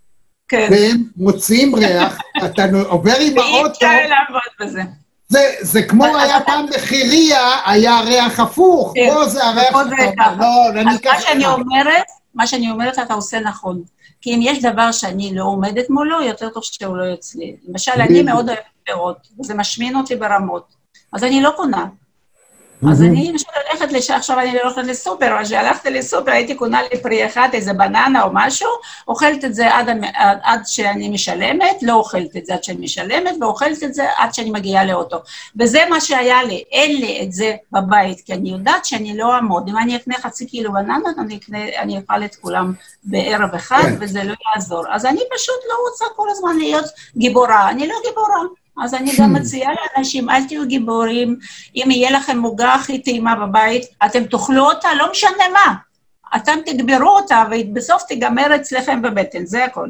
כן. והם מוציאים ריח, אתה עובר עם ואי האוטו, אפשר לעבוד בזה. זה, זה כמו היה פעם בחירייה, היה ריח הפוך, כן. פה זה הריח ופה זה שאתה ככה. אומר, לא, אני אז מה אקח שאני לך. אומרת, מה שאני אומרת, אתה עושה נכון. כי אם יש דבר שאני לא עומדת מולו, יותר טוב שהוא לא יוצא לי. למשל, אני מאוד אוהבת פירות, וזה משמין אותי ברמות. אז אני לא קונה. אז אני למשל הולכת לשם, עכשיו אני לא הולכת לסופר, אז כשהלכתי לסופר, הייתי קונה לי פרי אחד, איזה בננה או משהו, אוכלת את זה עד, עד, עד שאני משלמת, לא אוכלת את זה עד שאני משלמת, ואוכלת את זה עד שאני מגיעה לאוטו. וזה מה שהיה לי, אין לי את זה בבית, כי אני יודעת שאני לא אעמוד. אם אני אקנה חצי קילו בננות, אני, אקנה, אני אוכל את כולם בערב אחד, וזה לא יעזור. אז אני פשוט לא רוצה כל הזמן להיות גיבורה, אני לא גיבורה. אז אני גם מציעה לאנשים, אל תהיו גיבורים, אם יהיה לכם מוגה הכי טעימה בבית, אתם תאכלו אותה, לא משנה מה. אתם תגברו אותה, ובסוף תיגמר אצלכם בבטן, זה הכל.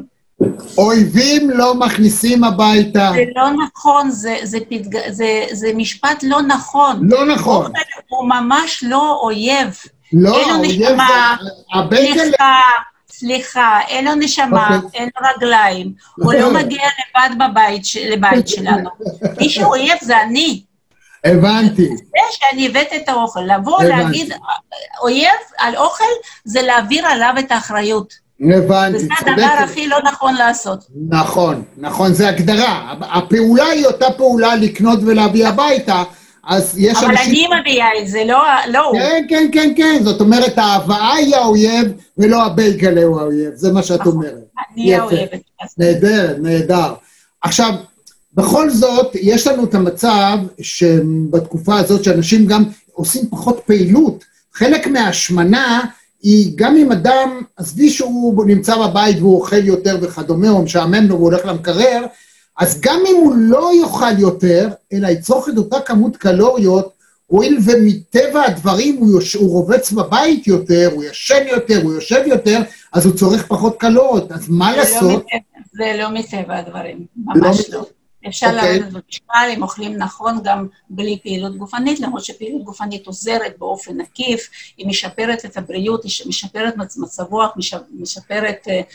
אויבים לא מכניסים הביתה. זה לא נכון, זה, זה, פתג... זה, זה משפט לא נכון. לא נכון. הוא ממש לא אויב. לא, אין לו האויב נשמה, זה... הבייגל... סליחה, סליחה, אין לו נשמה, אוקיי. אין לו רגליים, הוא לא מגיע לבד בבית, לבית שלנו. מי שאויב זה אני. הבנתי. זה שאני הבאת את האוכל, לבוא הבנתי. להגיד, אויב על אוכל זה להעביר עליו את האחריות. הבנתי. וזה הדבר הכי לא נכון לעשות. נכון, נכון, זה הגדרה. הפעולה היא אותה פעולה לקנות ולהביא הביתה, אז יש אבל אנשים... אני מביאה את זה, לא, לא הוא. כן, כן, כן, כן, זאת אומרת, ההבאה היא האויב, ולא הבייגלה הוא האויב, זה מה שאת אומרת. אני האויבת. נהדר, נהדר. עכשיו, בכל זאת, יש לנו את המצב שבתקופה הזאת שאנשים גם עושים פחות פעילות, חלק מההשמנה היא גם אם אדם, עזבי שהוא נמצא בבית והוא אוכל יותר וכדומה, או משעמם לו והוא הולך למקרר, אז גם אם הוא לא יאכל יותר, אלא יצרוך את אותה כמות קלוריות, הואיל ומטבע הדברים הוא, יוש... הוא רובץ בבית יותר, הוא ישן יותר, הוא יושב יותר, אז הוא צורך פחות קלוריות. אז מה זה לעשות? לא מטבע, זה לא מטבע הדברים, ממש לא. לא. אפשר אוקיי. לרדת במשקל, אם אוכלים נכון גם בלי פעילות גופנית, למרות שפעילות גופנית עוזרת באופן עקיף, היא משפרת את הבריאות, היא משפרת מצב רוח, משפרת אה,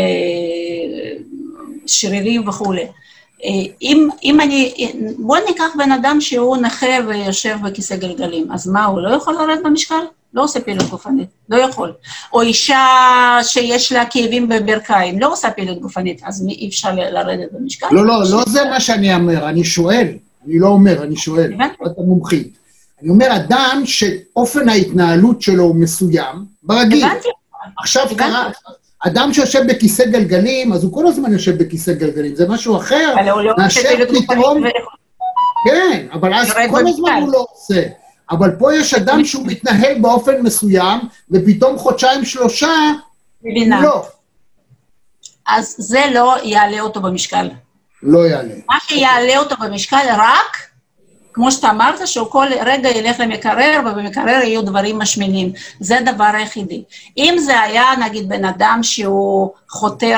אה, שרירים וכו'. אם, אם אני, בוא ניקח בן אדם שהוא נכה ויושב בכיסא גלגלים, אז מה, הוא לא יכול לרדת במשקל? לא עושה פעילות גופנית, לא יכול. או אישה שיש לה כאבים בברכיים, לא עושה פעילות גופנית, אז אי אפשר לרדת במשקל? לא, לא, לא זה מה שאני אומר, אני שואל, אני לא אומר, אני שואל, את המומחית. אני אומר, אדם שאופן ההתנהלות שלו הוא מסוים, ברגיל. הבנתי. עכשיו קרה, אדם שיושב בכיסא גלגלים, אז הוא כל הזמן יושב בכיסא גלגלים, זה משהו אחר, מאשר פתאום... כן, אבל אז כל הזמן הוא לא עושה. אבל פה יש אדם שהוא מתנהל באופן מסוים, ופתאום חודשיים שלושה, מבינה. לא. אז זה לא יעלה אותו במשקל. לא יעלה. מה שיעלה אותו במשקל רק, כמו שאתה אמרת, שהוא כל רגע ילך למקרר, ובמקרר יהיו דברים משמינים. זה הדבר היחידי. אם זה היה, נגיד, בן אדם שהוא חותר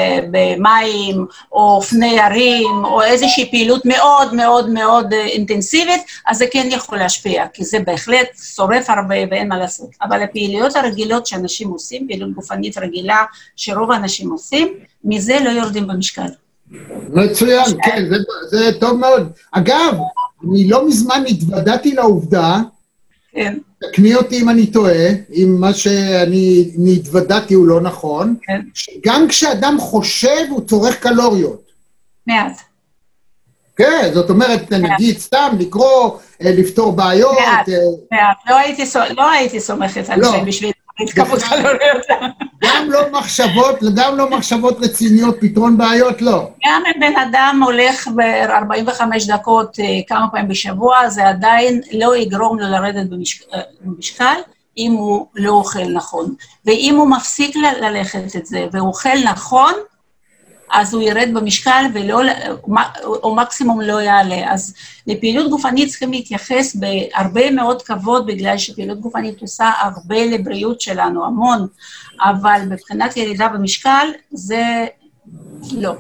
במים, או אופני הרים, או איזושהי פעילות מאוד מאוד מאוד אינטנסיבית, אז זה כן יכול להשפיע, כי זה בהחלט שורף הרבה ואין מה לעשות. אבל הפעילויות הרגילות שאנשים עושים, פעילות גופנית רגילה, שרוב האנשים עושים, מזה לא יורדים במשקל. מצוין, כן, זה, זה טוב מאוד. אגב, אני לא מזמן התוודעתי לעובדה, כן. תקני אותי אם אני טועה, אם מה שאני התוודעתי הוא לא נכון, כן. שגם כשאדם חושב הוא צורך קלוריות. מעט. כן, זאת אומרת, נגיד סתם לקרוא, לפתור בעיות. מעט, מעט. לא הייתי, לא הייתי סומכת על זה בשביל כמות קלוריות. גם לא מחשבות, גם לא מחשבות רציניות, פתרון בעיות, לא. גם אם בן אדם הולך ב-ארבעים וחמש דקות כמה פעמים בשבוע, זה עדיין לא יגרום לו לרדת במשקל, אם הוא לא אוכל נכון. ואם הוא מפסיק ללכת את זה, והוא אוכל נכון, אז הוא ירד במשקל, ולא, או מקסימום לא יעלה. אז לפעילות גופנית צריכים להתייחס בהרבה מאוד כבוד, בגלל שפעילות גופנית עושה הרבה לבריאות שלנו, המון, אבל מבחינת ירידה במשקל, זה לא.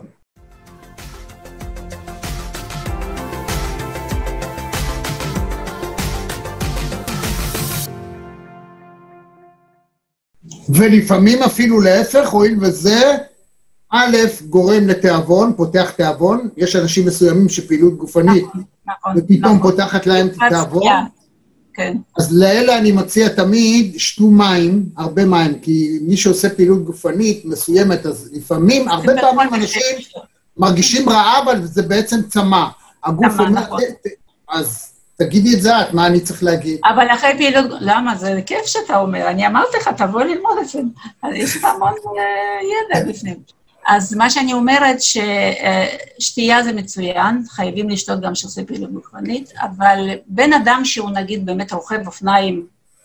ולפעמים אפילו להפך, הואיל וזה, א', גורם לתיאבון, פותח תיאבון, יש אנשים מסוימים שפעילות גופנית, נכון, נכון, ופתאום נכון. פותחת להם תיאבון. כן. אז לאלה אני מציע תמיד, שתו מים, הרבה מים, כי מי שעושה פעילות גופנית מסוימת, אז לפעמים, הרבה פעמים אנשים מרגישים רעב, אבל זה בעצם צמא. הגוף צמא, אומר, נכון. ת- ת- אז תגידי את זה את, מה אני צריך להגיד? אבל אחרי פעילות, למה? זה כיף שאתה אומר, אני אמרתי לך, תבוא ללמוד את זה, אז יש לך המון אה, ידע בפנים. אז מה שאני אומרת, ששתייה זה מצוין, חייבים לשתות גם שעושה פעילות גופנית, אבל בן אדם שהוא נגיד באמת רוכב אופניים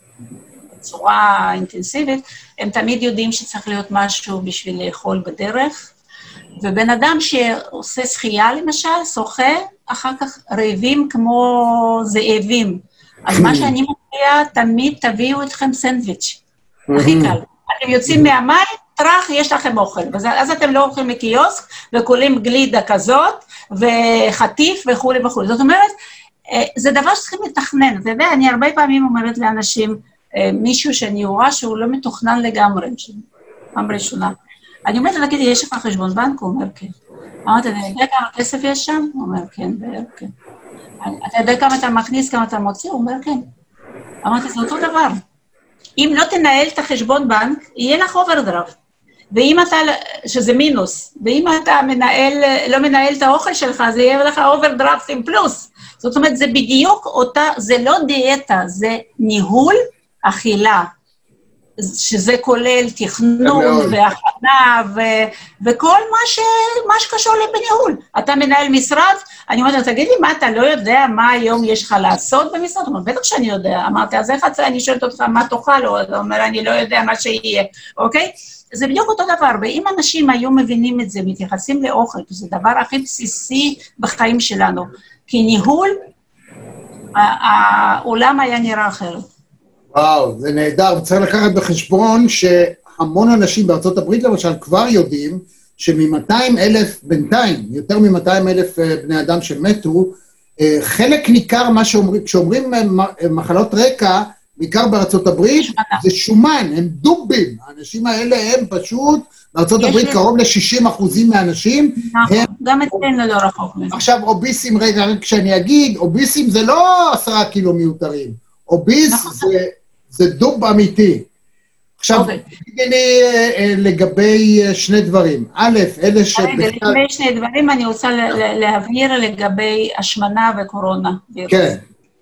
בצורה אינטנסיבית, הם תמיד יודעים שצריך להיות משהו בשביל לאכול בדרך, ובן אדם שעושה שחייה למשל, שוחה, אחר כך רעבים כמו זאבים. אז מה שאני מציעה, תמיד תביאו אתכם סנדוויץ', הכי קל. אתם יוצאים מהמים, טרח, יש לכם אוכל. אז אתם לא הולכים לקיוסק, וכולים גלידה כזאת, וחטיף וכו' וכו'. זאת אומרת, זה דבר שצריכים לתכנן. אתה יודע, אני הרבה פעמים אומרת לאנשים, מישהו שאני רואה שהוא לא מתוכנן לגמרי, פעם ראשונה. אני אומרת, תגיד, יש לך חשבון בנק? הוא אומר, כן. אמרתי, אתה יודע כמה כסף יש שם? הוא אומר, כן, כן. אתה יודע כמה אתה מכניס, כמה אתה מוציא? הוא אומר, כן. אמרתי, זה אותו דבר. אם לא תנהל את החשבון בנק, יהיה לך אוברדרפט. ואם אתה, שזה מינוס, ואם אתה מנהל, לא מנהל את האוכל שלך, זה יהיה לך אוברדרפט עם פלוס. זאת אומרת, זה בדיוק אותה, זה לא דיאטה, זה ניהול אכילה. שזה כולל תכנון והכנה ו- וכל מה, ש- מה שקשור בניהול. אתה מנהל משרד, אני אומרת, תגיד לי, מה, אתה לא יודע מה היום יש לך לעשות במשרד? הוא אומר, בטח שאני יודע. אמרתי, אז איך אני שואלת אותך, מה תאכל? הוא אומר, אני לא יודע מה שיהיה, אוקיי? זה בדיוק אותו דבר, ואם אנשים היו מבינים את זה, מתייחסים לאוכל, זה דבר הכי בסיסי בחיים שלנו, כי ניהול, העולם היה נראה אחרת. וואו, זה נהדר, וצריך לקחת בחשבון שהמון אנשים בארצות הברית למשל כבר יודעים שמ-מאתיים אלף, בינתיים, יותר מ-מאתיים אלף בני אדם שמתו, חלק ניכר מה שאומרים, כשאומרים מחלות רקע, בעיקר בארצות הברית, זה שומן, הם דובים, האנשים האלה הם פשוט, בארצות הברית קרוב ל-שישים אחוזים מהאנשים, גם אצלנו לא רחוק מזה. עכשיו אוביסים, רגע, רק כשאני אגיד, אוביסים זה לא עשרה קילו מיותרים, אוביס זה... זה דוב אמיתי. עכשיו, תגידי לגבי שני דברים. א', אלה שבכלל... לגבי שני דברים, אני רוצה להבהיר לגבי השמנה וקורונה. כן.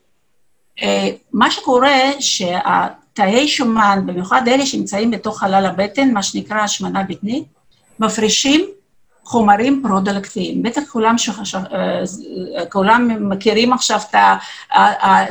מה שקורה, שהתאי שומן, במיוחד אלה שנמצאים בתוך חלל הבטן, מה שנקרא השמנה בטנית, מפרישים חומרים פרודקטיביים. בטח כולם, שחש... כולם מכירים עכשיו את ה...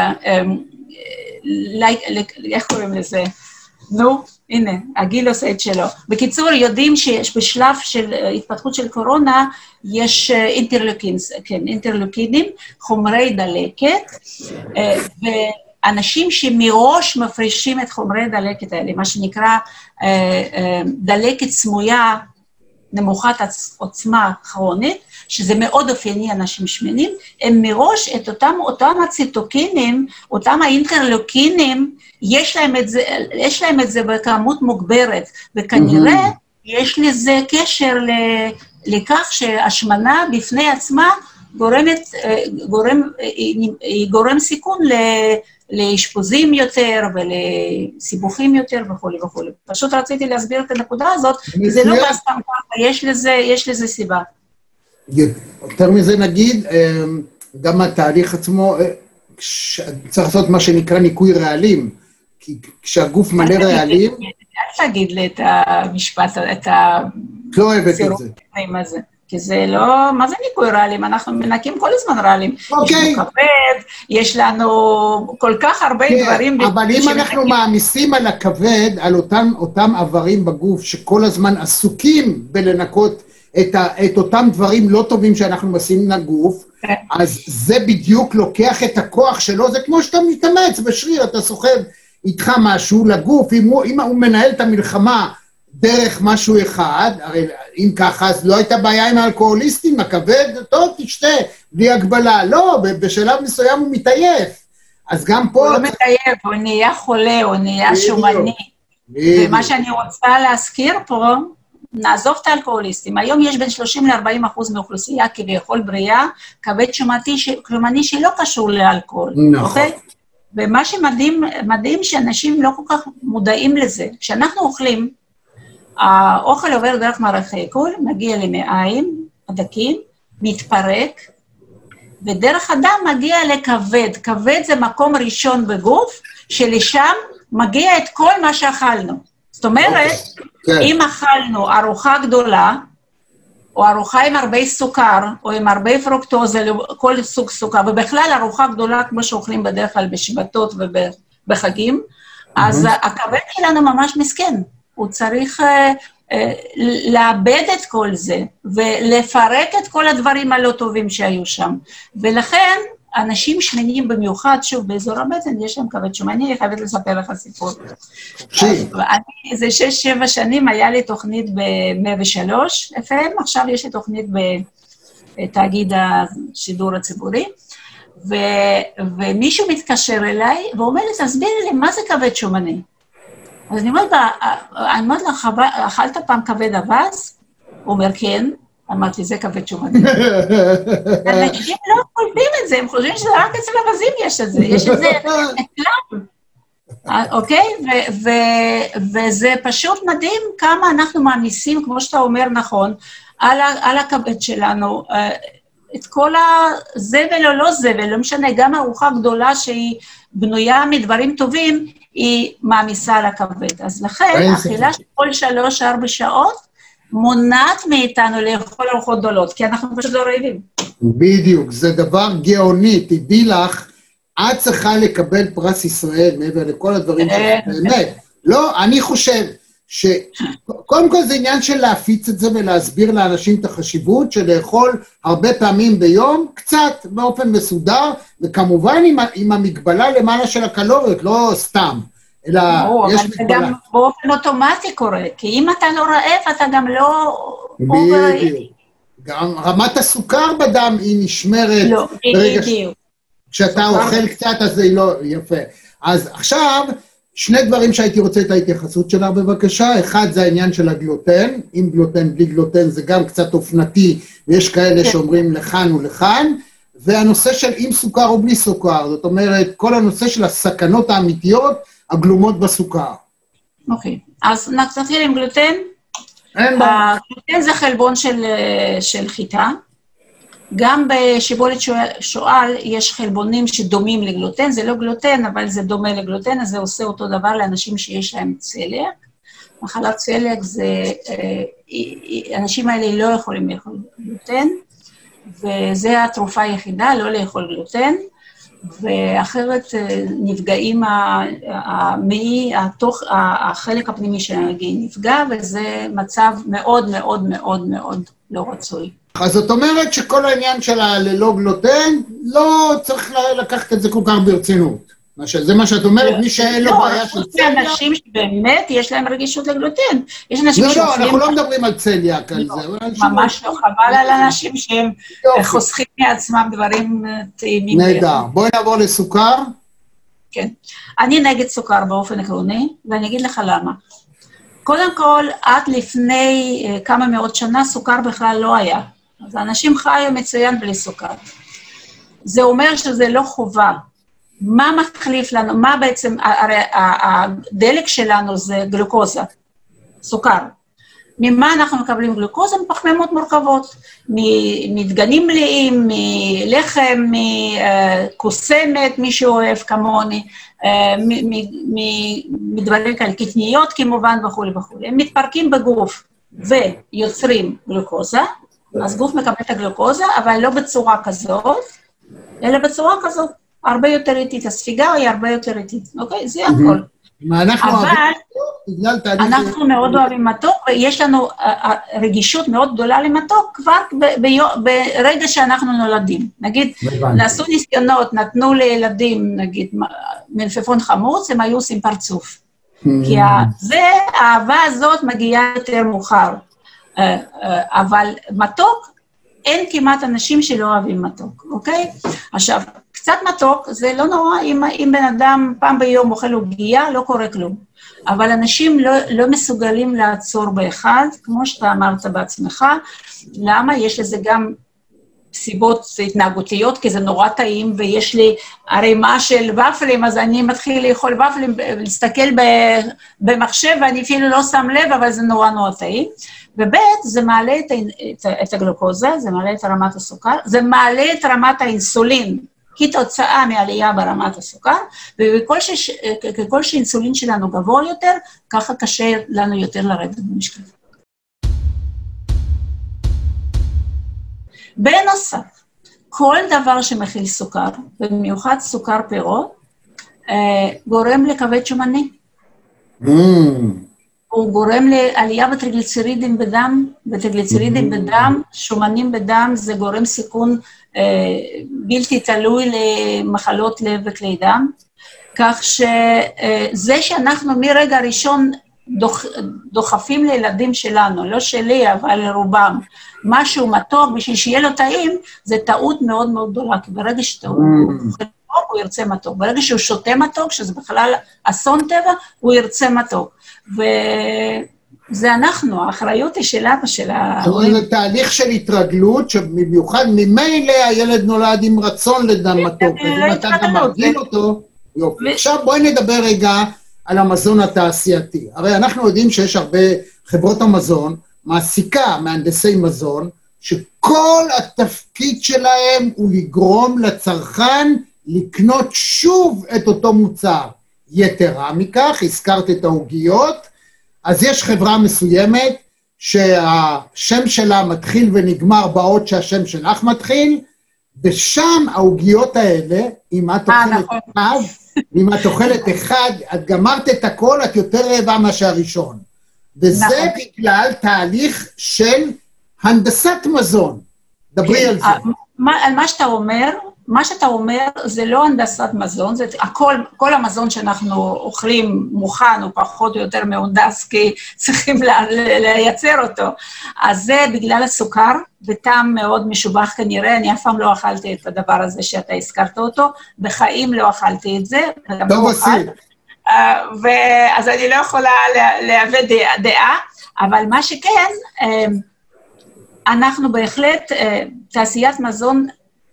איך קוראים לזה? נו, הנה, הגיל עושה את שלו. בקיצור, יודעים שיש בשלב של התפתחות של קורונה, יש אינטרלוקינס, כן, אינטרלוקינים, חומרי דלקת, ואנשים שמראש מפרישים את חומרי דלקת האלה, מה שנקרא דלקת סמויה, נמוכת עוצמה כרונית, שזה מאוד אופייני אנשים שמנים, הם מראש את אותם, אותם הציטוקינים, אותם האינטרלוקינים, יש להם את זה, יש להם את זה בכמות מוגברת, וכנראה mm-hmm. יש לזה קשר ל, לכך שהשמנה בפני עצמה גורמת, גורם, היא גורם סיכון ל, לאשפוזים יותר ולסיבוכים יותר וכו' וכו'. פשוט רציתי להסביר את הנקודה הזאת, כי זה לא בסתם ככה, יש לזה, יש לזה סיבה. יותר מזה נגיד, גם התהליך עצמו, צריך לעשות מה שנקרא ניקוי רעלים, כי כשהגוף מלא רעלים... אל תגיד לי את המשפט, את ה... לא אוהבת את זה. כי זה לא, מה זה ניקוי רעלים? אנחנו מנקים כל הזמן רעלים. אוקיי. יש לנו כבד, יש לנו כל כך הרבה דברים... אבל אם אנחנו מעמיסים על הכבד, על אותם, אותם עברים בגוף, שכל הזמן עסוקים בלנקות את, ה, את אותם דברים לא טובים שאנחנו משים לגוף, אז זה בדיוק לוקח את הכוח שלו, זה כמו שאתה מתאמץ בשריר, אתה סוחב איתך משהו לגוף, אם הוא, אם הוא מנהל את המלחמה דרך משהו אחד, הרי אם ככה, אז לא הייתה בעיה עם האלכוהוליסטים, הכבד, טוב, תשתה, בלי הגבלה, לא, בשלב מסוים הוא מתעייף, אז גם פה... הוא לא מתעייף, הוא נהיה חולה, הוא נהיה שומני, ומה שאני רוצה להזכיר פה, נעזוב את האלכוהוליסטים, היום יש בין שלושים ל-ארבעים אחוז מאוכלוסייה כביכול בריאה, כבד שומני שלא קשור לאלכוהול. נכון. אוקיי? ומה שמדהים, מדהים שאנשים לא כל כך מודעים לזה. כשאנחנו אוכלים, האוכל עובר דרך מערכת העיכול, מגיע למעיים, הדקים, מתפרק, ודרך הדם מגיע לכבד. כבד זה מקום ראשון בגוף, שלשם מגיע את כל מה שאכלנו. זאת אומרת, okay. אם אכלנו ארוחה גדולה, או ארוחה עם הרבה סוכר, או עם הרבה פרוקטוזה, כל סוג סוכר, ובכלל ארוחה גדולה כמו שאוכלים בדרך כלל בשבתות ובחגים, mm-hmm. אז הכבד שלנו ממש מסכן. הוא צריך uh, uh, לאבד את כל זה, ולפרק את כל הדברים הלא טובים שהיו שם. ולכן, אנשים שמנים במיוחד, שוב, באזור הבטן, יש להם כבד שומני, אני חייבת לספר לך סיפור. אני, זה שש, שבע שנים, היה לי תוכנית ב-מאה ושלוש אף אם, עכשיו יש לי תוכנית בתאגיד השידור הציבורי, ו, ומישהו מתקשר אליי, ואומר לי, תסבירי לי, מה זה כבד שומני? אז אני אומרת, אני אומרת לך, אכלת פעם כבד אבז? הוא אומר, כן. אמרתי, זה כבד שומני. אנשים לא קולטים את זה, הם חושבים שזה רק אצל אבזים יש את זה, יש את זה אצלם. אוקיי? וזה פשוט מדהים כמה אנחנו מעמיסים, כמו שאתה אומר נכון, על הכבד שלנו, את כל הזבל או לא זבל, לא משנה, גם ארוחה גדולה שהיא בנויה מדברים טובים, היא מעמיסה על הכבד. אז לכן, אכילה של כל שלוש, ארבע שעות, מונעת מאיתנו לאכול ארוחות גדולות, כי אנחנו פשוט לא רעבים. בדיוק, זה דבר גאוני, תדעי לך, את צריכה לקבל פרס ישראל, מעבר לכל הדברים שלך, באמת. לא, אני חושב שקודם כל זה עניין של להפיץ את זה ולהסביר לאנשים את החשיבות, של לאכול הרבה פעמים ביום, קצת באופן מסודר, וכמובן עם, עם המגבלה למעלה של הקלוריות, לא סתם. אלא יש מגבלה. אבל זה גם באופן אוטומטי קורה, כי אם אתה לא רעב, אתה גם לא... בדיוק. גם רמת הסוכר בדם היא נשמרת. לא, בדיוק. כשאתה אוכל קצת, אז זה לא יפה. אז עכשיו, שני דברים שהייתי רוצה את ההתייחסות שלה בבקשה. אחד זה העניין של הגלוטן. עם גלוטן, בלי גלוטן, זה גם קצת אופנתי, ויש כאלה שאומרים לכאן ולכאן. והנושא של עם סוכר או בלי סוכר, זאת אומרת, כל הנושא של הסכנות האמיתיות, הגלומות בסוכר. אוקיי, אז נתחיל עם גלוטן. אין בעיה. גלוטן זה חלבון של, של חיטה. גם בשיבולת שועל יש חלבונים שדומים לגלוטן, זה לא גלוטן, אבל זה דומה לגלוטן, אז זה עושה אותו דבר לאנשים שיש להם צליאק. מחלת צליאק זה, האנשים האלה לא יכולים לאכול גלוטן, וזה התרופה היחידה, לא לאכול גלוטן. ואחרת נפגעים המעי, התוך, החלק הפנימי של המעי נפגע, וזה מצב מאוד מאוד מאוד מאוד לא רצוי. אז זאת אומרת שכל העניין של הללא גלוטן, לא צריך לקחת את זה כל כך ברצינות. זה מה שאת אומרת, מי שאין לו בעיה של צליאק. לא, אנשים שבאמת יש להם רגישות לגלוטין. יש אנשים לא, לא, אנחנו לא מדברים על צליאק, על זה. ממש לא, חבל על אנשים שהם חוסכים מעצמם דברים טעימים. נהדר. בואי נעבור לסוכר. כן. אני נגד סוכר באופן עקרוני, ואני אגיד לך למה. קודם כל, עד לפני כמה מאות שנה, סוכר בכלל לא היה. אז האנשים חיו מצוין בלי סוכר. זה אומר שזה לא חובה. מה מחליף לנו, מה בעצם, הרי הדלק שלנו זה גלוקוזה, סוכר. ממה אנחנו מקבלים גלוקוזה? מפחמימות מורכבות, מדגנים מלאים, מלחם, מקוסמת, מי שאוהב כמוני, מדברים כאלה, קטניות כמובן וכו' וכו'. הם מתפרקים בגוף ויוצרים גלוקוזה, אז גוף מקבל את הגלוקוזה, אבל לא בצורה כזאת, אלא בצורה כזאת. הרבה יותר איטית, הספיגה היא הרבה יותר איטית, אוקיי? זה הכל. אבל אנחנו מאוד אוהבים מתוק, ויש לנו רגישות מאוד גדולה למתוק כבר ברגע שאנחנו נולדים. נגיד, נעשו ניסיונות, נתנו לילדים, נגיד, מלפפון חמוץ, הם היו עושים פרצוף. כי האהבה הזאת מגיעה יותר מאוחר. אבל מתוק, אין כמעט אנשים שלא אוהבים מתוק, אוקיי? עכשיו, קצת מתוק, זה לא נורא, אם, אם בן אדם פעם ביום אוכל עוגיה, לא קורה כלום. אבל אנשים לא, לא מסוגלים לעצור באחד, כמו שאתה אמרת בעצמך, למה? יש לזה גם סיבות התנהגותיות, כי זה נורא טעים, ויש לי ערימה של ופלים, אז אני מתחיל לאכול ופלים, להסתכל במחשב, ואני אפילו לא שם לב, אבל זה נורא נורא טעים. וב' זה מעלה את, את, את הגלוקוזה, זה מעלה את רמת הסוכר, זה מעלה את רמת האינסולין, כתוצאה מעלייה ברמת הסוכר, וככל שהאינסולין שלנו גבוה יותר, ככה קשה לנו יותר לרדת במשקל. בנוסף, כל דבר שמכיל סוכר, במיוחד סוכר פירות, גורם לכבד שומני. Mm. הוא גורם לעלייה בטריגליצרידים בדם, וטריגליצרידים בדם, שומנים בדם, זה גורם סיכון אה, בלתי תלוי למחלות לב וכלי דם, כך שזה שאנחנו מרגע הראשון דוח, דוחפים לילדים שלנו, לא שלי, אבל לרובם, משהו מתוק בשביל שיהיה לו טעים, זה טעות מאוד מאוד גדולה, כי ברגע שהוא mm. הוא ירצה מתוק, ברגע שהוא שותה מתוק, שזה בכלל אסון טבע, הוא ירצה מתוק. וזה אנחנו, האחריות היא שלנו, של ההורים. זה תהליך של התרגלות, שבמיוחד ממילא הילד נולד עם רצון לדם מתוק, ואם אתה גם מרגיל אותו, יופי. עכשיו בואי נדבר רגע על המזון התעשייתי. הרי אנחנו יודעים שיש הרבה חברות המזון, מעסיקה מהנדסי מזון, שכל התפקיד שלהם הוא לגרום לצרכן לקנות שוב את אותו מוצר. יתרה מכך, הזכרת את העוגיות, אז יש חברה מסוימת שהשם שלה מתחיל ונגמר בעוד שהשם שלך מתחיל, ושם העוגיות האלה, אם את אוכלת אחד, אם את אוכלת אחד, את גמרת את הכל, את יותר רעבה מאשר הראשון. וזה בגלל תהליך של הנדסת מזון. דברי על זה. על מה שאתה אומר, מה שאתה אומר זה לא הנדסת מזון, זה הכל, כל המזון שאנחנו אוכלים מוכן, הוא פחות או יותר מהונדס, כי צריכים לייצר אותו. אז זה בגלל הסוכר, וטעם מאוד משובח כנראה, אני אף פעם לא אכלתי את הדבר הזה שאתה הזכרת אותו, בחיים לא אכלתי את זה. טוב עשית. אז אני לא יכולה להביא דעה, אבל מה שכן, אנחנו בהחלט, תעשיית מזון,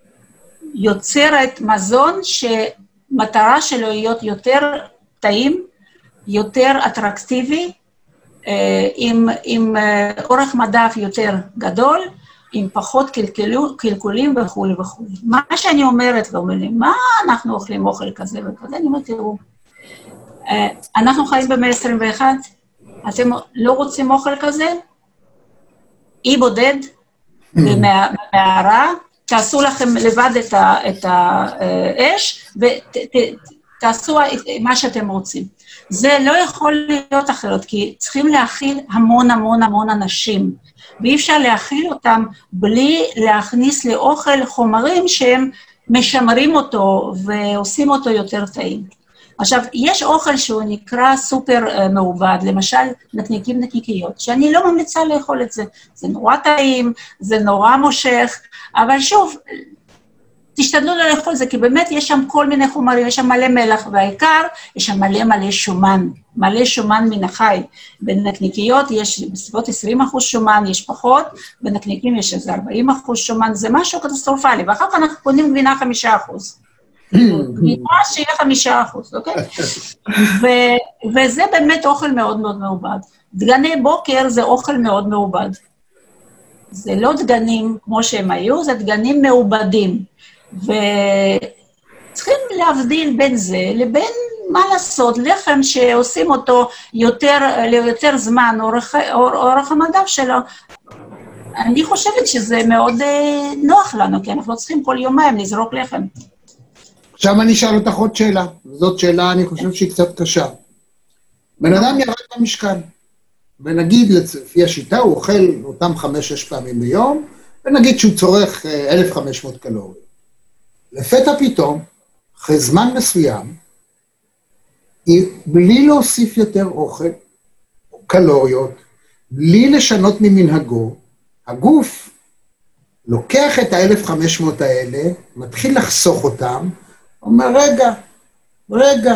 יוצרת מזון שמטרה שלו להיות יותר טעים, יותר אטרקטיבי, עם, עם אורך מדף יותר גדול, עם פחות קלקלו, קלקולים וכו' וכו'. מה שאני אומרת ואומרים, מה אנחנו אוכלים אוכל כזה וכזה? אני אומרת, תראו, אנחנו חיים במאה עשרים ואחת, אתם לא רוצים אוכל כזה? אי בודד, במערה, תעשו לכם לבד את, ה, את האש, ותעשו מה שאתם רוצים. זה לא יכול להיות אחרת, כי צריכים להכיל המון המון המון אנשים, ואי אפשר להכיל אותם בלי להכניס לאוכל חומרים שהם משמרים אותו, ועושים אותו יותר טעים. עכשיו, יש אוכל שהוא נקרא סופר מעובד, למשל נקניקים נקניקיות, שאני לא ממליצה לאכול את זה. זה נורא טעים, זה נורא מושך, אבל שוב, תשתדלו לא לאכול זה, כי באמת יש שם כל מיני חומרים, יש שם מלא מלח, והעיקר, יש שם מלא מלא שומן, מלא שומן מן החי. בנקניקיות יש בסביבות עשרים אחוז שומן, יש פחות, בנקניקים יש איזה ארבעים אחוז שומן, זה משהו קטסטרופלי, ואחר כך אנחנו קונים גבינה חמישה אחוז. גבינה שיהיה חמישה אחוז, אוקיי? וזה באמת אוכל מאוד מאוד מעובד. דגני בוקר זה אוכל מאוד מעובד. זה לא דגנים כמו שהם היו, זה דגנים מעובדים. וצריכים להבדיל בין זה לבין מה לעשות, לחם שעושים אותו יותר, ליותר זמן, אורך, אורך המדף שלו. אני חושבת שזה מאוד נוח לנו, כי אנחנו צריכים כל יומיים לזרוק לחם. עכשיו אני אשאל אותך עוד שאלה, זאת שאלה אני חושב שהיא קצת קשה. בן אדם ירד במשקל, ונגיד לפי השיטה הוא אוכל אותם חמש-שש פעמים ביום, ונגיד שהוא צורך אלף וחמש מאות קלוריות. לפתע פתאום, אחרי זמן מסוים, בלי להוסיף יותר אוכל, קלוריות, בלי לשנות ממנהגו, הגוף לוקח את ה-אלף וחמש מאות האלה, מתחיל לחסוך אותם, אומר, רגע, רגע,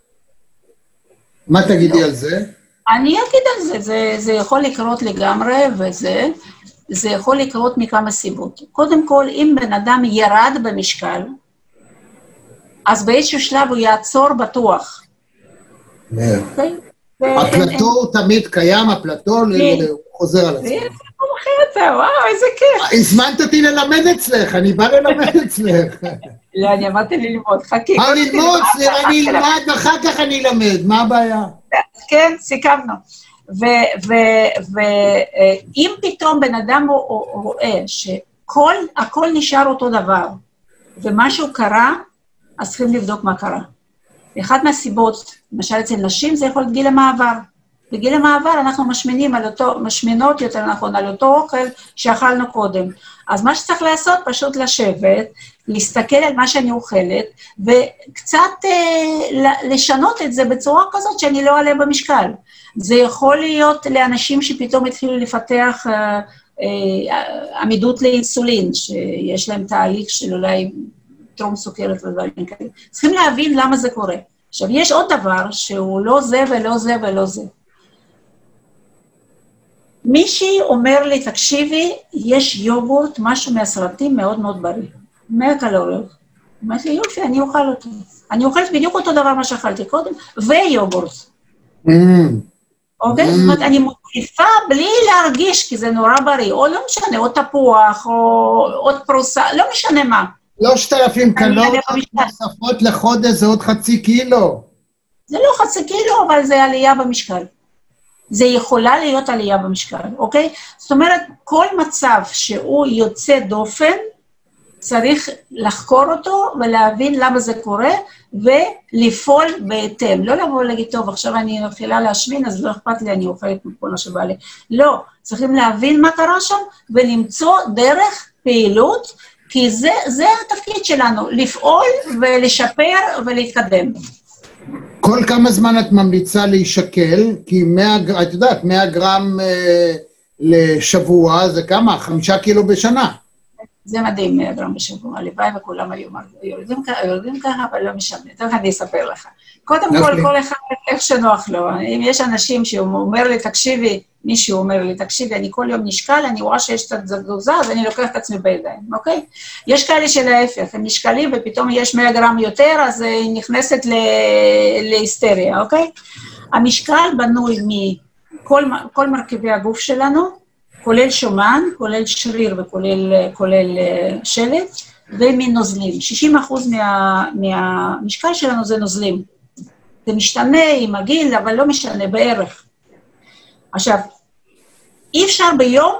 מה תגידי לא. על זה? אני אגיד על זה, זה, זה יכול לקרות לגמרי, וזה זה יכול לקרות מכמה סיבות. קודם כל, אם בן אדם ירד במשקל, אז באיזשהו שלב הוא יעצור בטוח. אוקיי? הפלטו הוא תמיד קיים, הפלטו חוזר על עצמו. וואו, איזה כיף. הזמנת אותי ללמד אצלך, אני בא ללמד אצלך. לא, אני אמרתי ללמוד, חכי. מה ללמוד? אני אלמד ואחר כך אני אלמד, מה הבעיה? כן, סיכמנו. ואם פתאום בן אדם רואה שהכל נשאר אותו דבר, ומשהו קרה, אז צריכים לבדוק מה קרה. ואחת מהסיבות, למשל אצל נשים, זה יכול להיות גיל המעבר. בגיל המעבר אנחנו משמינים על אותו, משמינות יותר נכון, על אותו אוכל שאכלנו קודם. אז מה שצריך לעשות, פשוט לשבת, להסתכל על מה שאני אוכלת, וקצת אה, לשנות את זה בצורה כזאת שאני לא אעלה במשקל. זה יכול להיות לאנשים שפתאום התחילו לפתח אה, אה, עמידות לאינסולין, שיש להם תהליך של אולי טרום סוכרת ודברים כאלה. צריכים להבין למה זה קורה. עכשיו, יש עוד דבר שהוא לא זה ולא זה ולא זה. מישהי אומר לי, תקשיבי, יש יוגורט, משהו מהסרטים מאוד מאוד בריא. מאה קלוריות. אמרתי לי, יופי, אני אוכל אותו. אני אוכלת בדיוק אותו דבר מה שאכלתי קודם, ויוגורט. אוקיי? זאת אומרת, אני מוסיפה בלי להרגיש, כי זה נורא בריא, או לא משנה, או תפוח, או עוד פרוסה, לא משנה מה. שלושת אלפים קלוריות נוספות לחודש, זה עוד חצי קילו. זה לא חצי קילו, אבל זה עלייה במשקל. זה יכולה להיות עלייה במשקל, אוקיי? זאת אומרת, כל מצב שהוא יוצא דופן, צריך לחקור אותו ולהבין למה זה קורה, ולפעול בהתאם. לא לבוא ולהגיד, טוב, עכשיו אני מתחילה להשמין, אז לא אכפת לי, אני אוכלת מכל מה שבא לי. לא, צריכים להבין מה קרה שם, ולמצוא דרך פעילות, כי זה, זה התפקיד שלנו, לפעול ולשפר ולהתקדם. כל כמה זמן את ממליצה להישקל? כי מאה, את יודעת, מאה גרם אה, לשבוע, זה כמה? חמישה קילו בשנה. זה מדהים, מאה גרם בשבוע, הלוואי וכולם היו יורדים ככה, יורדים ככה, אבל לא משנה, תכף אני אספר לך. קודם כל, כל אחד איך שנוח לו. אם יש אנשים שהוא אומר לי, תקשיבי, מישהו אומר לי, תקשיבי, אני כל יום נשקל, אני רואה שיש קצת תזוזה, אז אני לוקח את עצמי בידיים, אוקיי? יש כאלה שלהפך, הם נשקלים ופתאום יש מאה גרם יותר, אז היא נכנסת להיסטריה, אוקיי? המשקל בנוי מכל מרכיבי הגוף שלנו, כולל שומן, כולל שריר וכולל שלט, ומנוזלים. שישים אחוז מה, מהמשקל שלנו זה נוזלים. זה משתנה עם הגיל, אבל לא משנה, בערך. עכשיו, אי אפשר ביום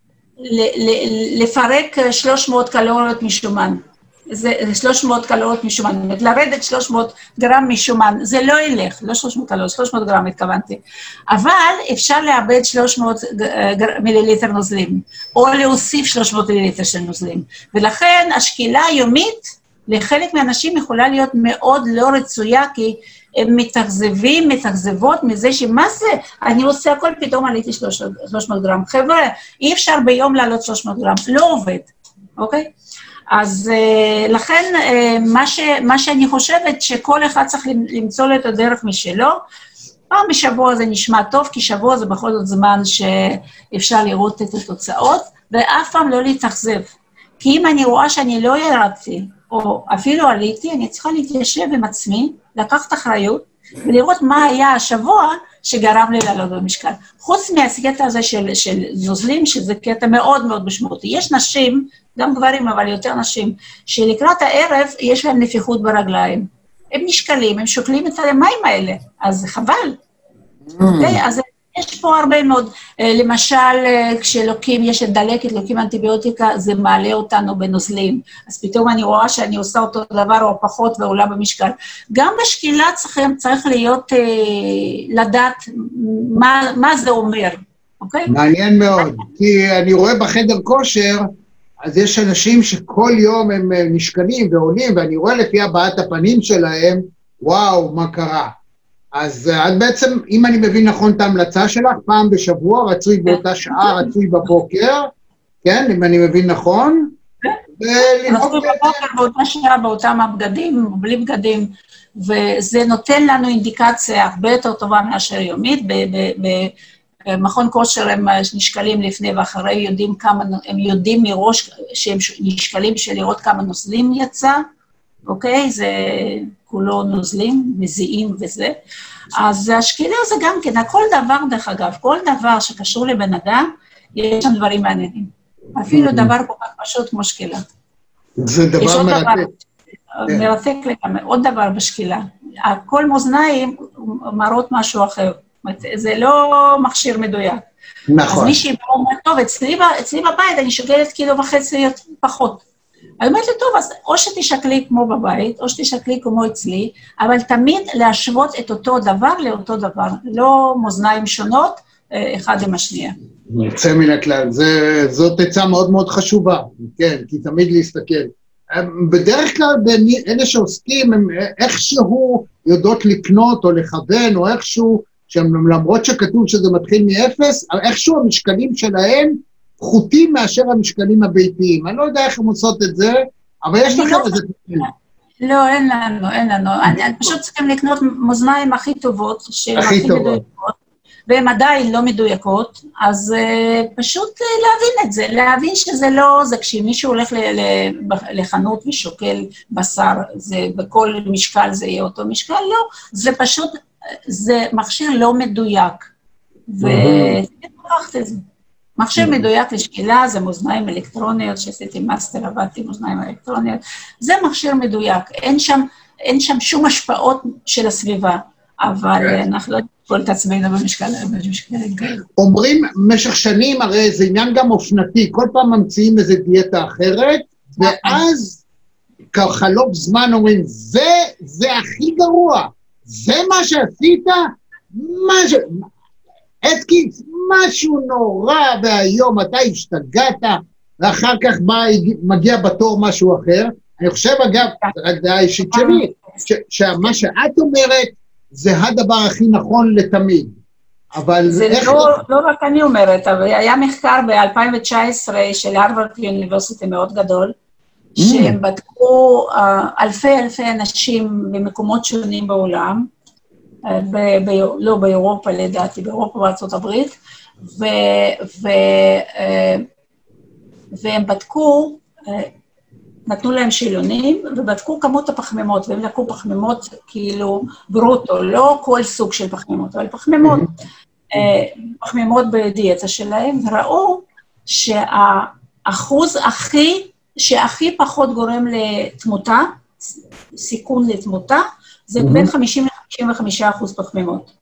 לפרק שלוש מאות קלוריות משומן. זה שלוש מאות קלוריות משומן. לרדת שלוש מאות גרם משומן, זה לא ילך, לא שלוש מאות קלוריות, שלוש מאות גרם התכוונתי. אבל אפשר לאבד שלוש מאות מיליליטר נוזלים, או להוסיף שלוש מאות מיליליטר של נוזלים. ולכן השקילה היומית לחלק מהאנשים יכולה להיות מאוד לא רצויה, כי הם מתאכזבים, מתאכזבות מזה שמה זה? אני עושה הכל, פתאום עליתי שלוש מאות גרם. חבר'ה, אי אפשר ביום לעלות שלוש מאות גרם, לא עובד, אוקיי? אז uh, לכן uh, מה, ש, מה שאני חושבת שכל אחד צריך למצוא לו את הדרך משלו, פעם בשבוע זה נשמע טוב, כי שבוע זה בכל זאת זמן שאפשר לראות את התוצאות, ואף פעם לא להתאכזב. כי אם אני רואה שאני לא ירדתי, או אפילו עליתי, אני צריכה להתיישב עם עצמי, לקחת אחריות, ולראות מה היה השבוע שגרם לי לעלות במשקל. חוץ מהקטע הזה של, של נוזלים, שזה קטע מאוד מאוד משמעותי. יש נשים, גם גברים, אבל יותר נשים, שלקראת הערב יש להם נפיחות ברגליים. הם נשקלים, הם שוקלים את המים האלה, אז חבל. Mm. Okay, אז יש פה הרבה מאוד, למשל, כשלוקים, יש את דלקת, לוקים אנטיביוטיקה, זה מעלה אותנו בנוזלים. אז פתאום אני רואה שאני עושה אותו דבר או פחות ועולה במשקל. גם בשקילה צריכים, צריך להיות, לדעת מה, מה זה אומר, אוקיי? מעניין מאוד, כי אני רואה בחדר כושר, אז יש אנשים שכל יום הם נשקלים ועולים, ואני רואה לפי הבעת הפנים שלהם, וואו, מה קרה? אז את בעצם, אם אני מבין נכון את ההמלצה שלך, פעם בשבוע, רצוי באותה שעה, רצוי בבוקר, כן, אם אני מבין נכון. אנחנו בבוקר באותה שעה, באותם הבגדים, בלי בגדים, וזה נותן לנו אינדיקציה הרבה יותר טובה מאשר יומית. במכון כושר הם נשקלים לפני ואחרי, יודעים כמה, הם יודעים מראש שהם נשקלים בשביל לראות כמה נוזלים יצא, אוקיי? זה כולו נוזלים, מזיעים וזה. אז השקילה זה גם כן, כל דבר דרך אגב, כל דבר שקשור לבן אדם, יש שם דברים מעניינים. אפילו דבר כל כך פשוט כמו שקילה. זה דבר מרתק. מרתק לגמרי, עוד דבר בשקילה. כל מאזניים מראות משהו אחר. זה לא מכשיר מדויק. נכון. אז מישהי אומר, טוב, אצלי, אצלי בבית אני שוקלת קילו וחצי פחות. אני אומרת לי, טוב, אז או שתשקלי כמו בבית, או שתשקלי כמו אצלי, אבל תמיד להשוות את אותו דבר לאותו דבר, לא מאזניים שונות, אחד עם השנייה. יוצא מן הכלל, זה, זאת עצה מאוד מאוד חשובה, כן, כי תמיד להסתכל. בדרך כלל, אלה שעוסקים, הם איכשהו יודעות לקנות או לכוון, או איכשהו, למרות שכתוב שזה מתחיל מאפס, איכשהו המשקלים שלהם פחותים מאשר המשקלים הביתיים. אני לא יודע איך הם עושות את זה, אבל יש לכם איזה... לא, אין לנו, אין לנו. פשוט צריכים לקנות מאזניים הכי טובות, שהן הכי מדויקות, והן עדיין לא מדויקות, אז פשוט להבין את זה, להבין שזה לא, זה כשמישהו הולך לחנות ושוקל בשר, זה בכל משקל זה יהיה אותו משקל, לא, זה פשוט, זה מכשיר לא מדויק, ותוכחת את זה. מכשיר מדויק לשקילה, זה מאזניים אלקטרוניות, שעשיתי מאסטר, עבדתי מאזניים אלקטרוניות, זה מכשיר מדויק, אין שם, אין שם שום השפעות של הסביבה, אבל אנחנו לא נשקול את עצמנו במשקלים כאלה. אומרים, במשך שנים, הרי זה עניין גם אופנתי, כל פעם ממציאים איזו דיאטה אחרת, ואז חלוף זמן אומרים, זה, זה הכי גרוע, זה מה שעשית, מה ש... אתקיץ, משהו נורא והיום, אתה השתגעת, ואחר כך בא, מגיע בתור משהו אחר. אני חושב, אגב, רק דעה אישית שלי, שמה שאת אומרת, זה הדבר הכי נכון לתמיד. אבל זה לא, לא רק אני אומרת, אבל היה מחקר ב-אלפיים תשע עשרה של הרווארד אוניברסיטי מאוד גדול, שהם בדקו אלפי אלפי אנשים במקומות שונים בעולם, ב, ב, לא באירופה לדעתי, באירופה ובארצות הברית, ו, ו, והם בדקו, נתנו להם שאלונים, ובדקו כמות הפחמימות, והם לקחו פחמימות כאילו ברוטו, לא כל סוג של פחמימות, אבל פחמימות, פחמימות בדיאטה שלהם, וראו שהאחוז הכי, שהכי פחות גורם לתמותה, סיכון לתמותה, זה בין חמישים ל-חמישים וחמישה אחוז פחמימות.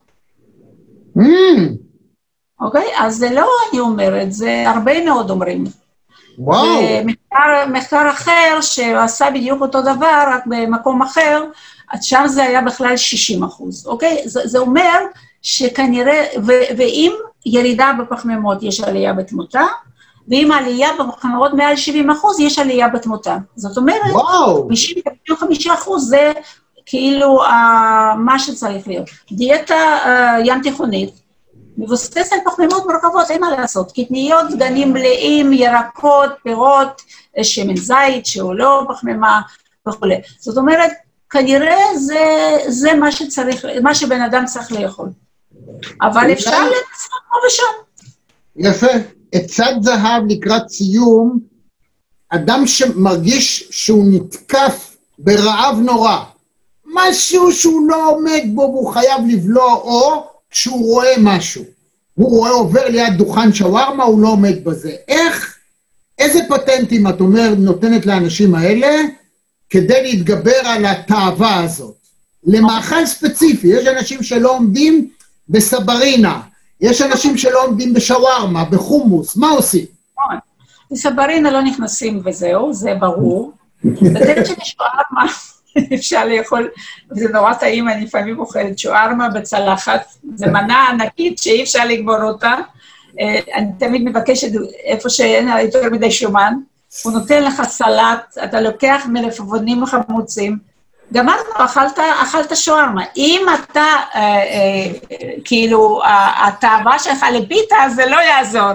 אוקיי? אז זה לא אני אומרת, זה הרבה מאוד אומרים. וואו. ומחקר אחר שעשה בדיוק אותו דבר, רק במקום אחר, שם זה היה בכלל שישים אחוז, אוקיי? זה, זה אומר שכנראה, ו- ואם ירידה בפחמימות יש עלייה בתמותה, ואם עלייה בפחמימות מעל שבעים אחוז יש עלייה בתמותה. זאת אומרת, חמישים וחמישה אחוז זה כאילו uh, מה שצריך להיות. דיאטה uh, ים תיכונית, מבוססת על פחמימות מורכבות, אין מה לעשות. קטניות, דגנים מלאים, ירקות, פירות, שמן זית, שהוא לא פחמימה וכו'. זאת אומרת, כנראה זה, זה מה שצריך, מה שבן אדם צריך לאכול. אבל אפשר לנסות פה ושם. יפה. עצת זהב לקראת סיום, אדם שמרגיש שהוא נתקף ברעב נורא, משהו שהוא לא עומד בו והוא חייב לבלוע, או כשהוא רואה משהו, הוא רואה עובר ליד דוכן שווארמה, הוא לא עומד בזה. איך, איזה פטנטים את אומר נותנת לאנשים האלה, כדי להתגבר על התאווה הזאת? למאכל ספציפי, יש אנשים שלא עומדים בסברינה, יש אנשים שלא עומדים בשווארמה, בחומוס, מה עושים? בסברינה לא נכנסים וזהו, זה ברור. לתת ששווארמה אפשר לאכול, זה נורא טעים, אני לפעמים אוכלת שווארמה בצלחת, זה מנה ענקית שאי אפשר לגמור אותה, אני תמיד מבקשת איפה שאין יותר מדי שומן, הוא נותן לך סלט, אתה לוקח מלפפונים חמוצים, גמרנו, אכלת, אכלת שווארמה. אם אתה, אה, אה, כאילו, התאווה שלך לפיתה, זה לא יעזור.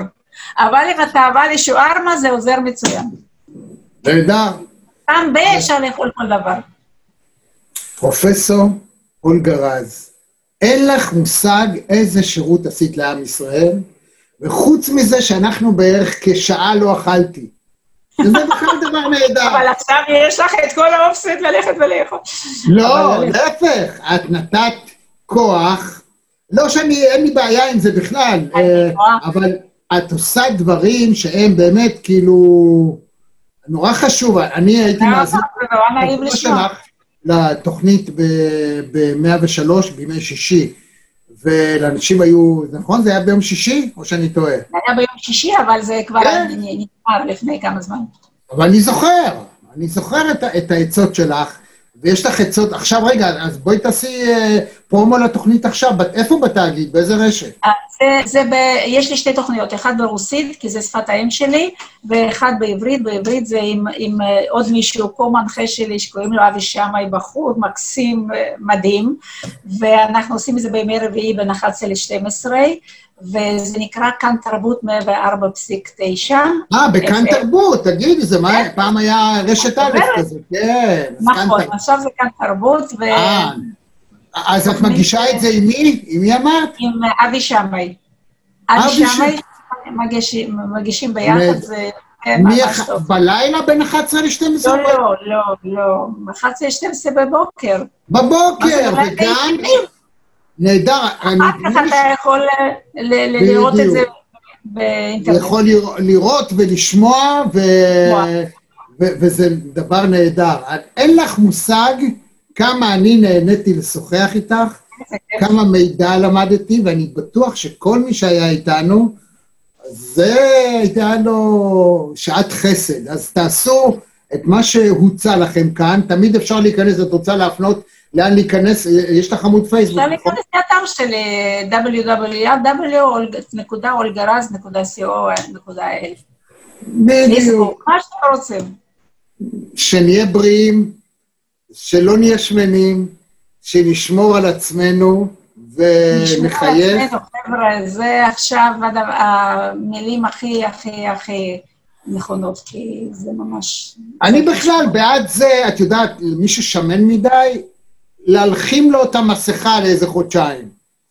אבל אם אתה בא לשווארמה, זה עוזר מצוין. נהדר. גם ב אפשר לאכול כל דבר. פרופסור אולגה רז, אין לך מושג איזה שירות עשית לעם ישראל, וחוץ מזה שאנחנו בערך כשעה לא אכלתי. וזה בכלל דבר נהדר. אבל עכשיו יש לך את כל האופסט ללכת ולאכול. לא, להפך, את נתת כוח, לא שאני, אין לי בעיה עם זה בכלל, אבל את עושה דברים שהם באמת כאילו, נורא חשוב, אני הייתי מאזין, זה נורא נעים לשמוע. לתוכנית ב-מאה ושלוש בימי שישי, ולאנשים היו, נכון? זה היה ביום שישי, או שאני טועה? זה היה ביום שישי, אבל זה כבר נגמר לפני כמה זמן. אבל אני זוכר, אני זוכר את, את העצות שלך, ויש לך עצות, עכשיו רגע, אז בואי תעשי אה, פרומו לתוכנית עכשיו, איפה בתאגיד, באיזה רשת? זה, זה ב, יש לי שתי תוכניות, אחד ברוסית, כי זה שפת האם שלי, ואחד בעברית, בעברית זה עם, עם עוד מישהו, פה מנחה שלי, שקוראים לו אבי שמאי, בחור, מקסים, מדהים, ואנחנו עושים את זה בימי רביעי בין אחת עשרה לשתים עשרה, וזה נקרא כאן תרבות מאה וארבע נקודה תשע. אה, בכאן תרבות, תגידי, זה מה, פעם היה רשת א' כזה, כן. נכון, עכשיו זה כאן תרבות, ו... אז את מגישה את זה עם מי? עם מי אמרת? עם אבי שמאי. אבי שמאי מגישים ביחד, זה ממש טוב. בלילה בין אחת עשרה ל-שתים עשרה? לא, לא, לא, לא, אחת עשרה ל-שתים עשרה בבוקר. בבוקר, וגם... נהדר. אחר כך אתה יכול לראות את זה באינטרנט. יכול לראות ולשמוע, וזה דבר נהדר. אין לך מושג כמה אני נהניתי לשוחח איתך, כמה מידע למדתי, ואני בטוח שכל מי שהיה איתנו, זה הייתה לו שעת חסד. אז תעשו את מה שהוצע לכם כאן, תמיד אפשר להיכנס, את רוצה להפנות לאן להיכנס, יש לך עמוד פייסבוק. אפשר להיכנס לאתר שלי, דאבליו דאבליו דאבליו נקודה אולגרז נקודה סי או נקודה איי אל. בדיוק. מה שאתם רוצים. שנהיה בריאים, שלא נהיה שמנים, שנשמור על עצמנו ונחייב. נשמור על עצמנו, חבר'ה, זה עכשיו המילים הכי הכי הכי נכונות, כי זה ממש... אני בכלל בעד זה, את יודעת, מי ששמן מדי, להלכים לו את המסכה לאיזה חודשיים.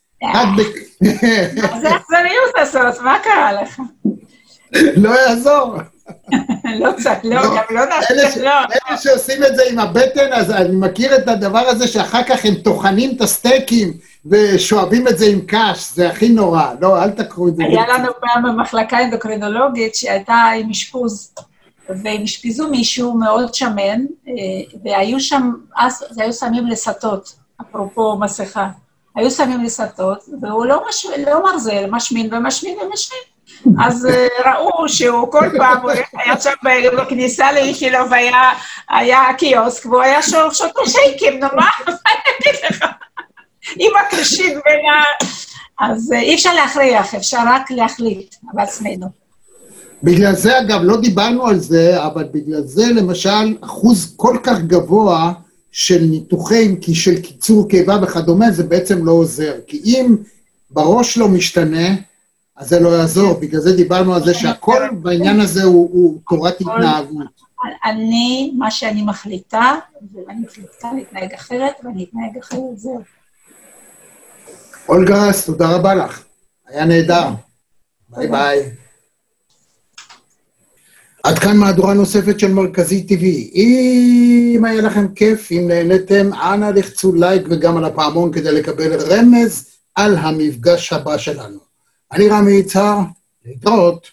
זה אכזריות לעשות, מה קרה לך? לא יעזור. לא קצת, לא, גם לא נעשה, לא. אלה שעושים את זה עם הבטן, אז אני מכיר את הדבר הזה שאחר כך הם טוחנים את הסטייקים ושואבים את זה עם קש, זה הכי נורא. לא, אל תקחו את זה. היה לנו פעם במחלקה אנדוקרינולוגית שהייתה עם אשפוז, והם אשפיזו מישהו מאוד שמן, והיו שם, אז היו שמים לסטות, אפרופו מסכה, היו שמים לסטות, והוא לא, מש, לא מרזל, משמין ומשמין ומשמין. אז ראו שהוא כל פעם, הוא היה שם בכניסה לאיכילוב, היה קיוסק, והוא היה שותה שייקים, נו מה? מה אני אגיד לך? עם הקרשית בין ה... אז אי אפשר להכריח, אפשר רק להחליט בעצמנו. בגלל זה, אגב, לא דיברנו על זה, אבל בגלל זה, למשל, אחוז כל כך גבוה של ניתוחים, כי של קיצור קיבה וכדומה, זה בעצם לא עוזר. כי אם בראש לא משתנה, אז זה לא יעזור. בגלל זה דיברנו על זה שהכל בעניין הזה הוא תורת התנהגות. אני, מה שאני מחליטה, ואני מחליטה להתנהג אחרת, ואני אתנהג אחרת, זהו. אולגה רז, תודה רבה לך. היה נהדר. ביי ביי. עד כאן מהדורה נוספת של מרכזי טבעי. אם היה לכם כיף, אם נהנתם, אנא לחצו לייק וגם על הפעמון כדי לקבל רמז על המפגש הבא שלנו. אני רמי יצהר, להתראות.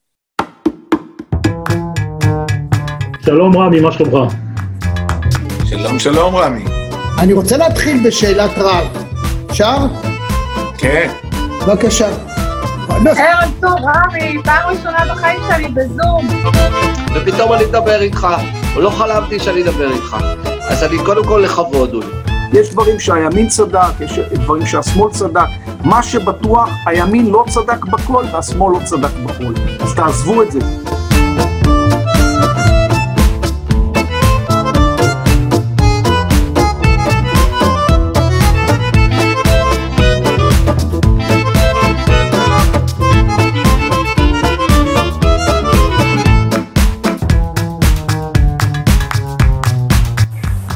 שלום רמי, מה שלומך? שלום שלום רמי. אני רוצה להתחיל בשאלת רב. אפשר? כן. בבקשה. ערב טוב, רמי, פעם ראשונה בחיים שלי בזום. ופתאום אני אדבר איתך, ולא חלמתי שאני אדבר איתך. אז אני קודם כל לכבוד, אולי. יש דברים שהימין צדק, יש דברים שהשמאל צדק. מה שבטוח, הימין לא צדק בכל והשמאל לא צדק בכל. אז תעזבו את זה.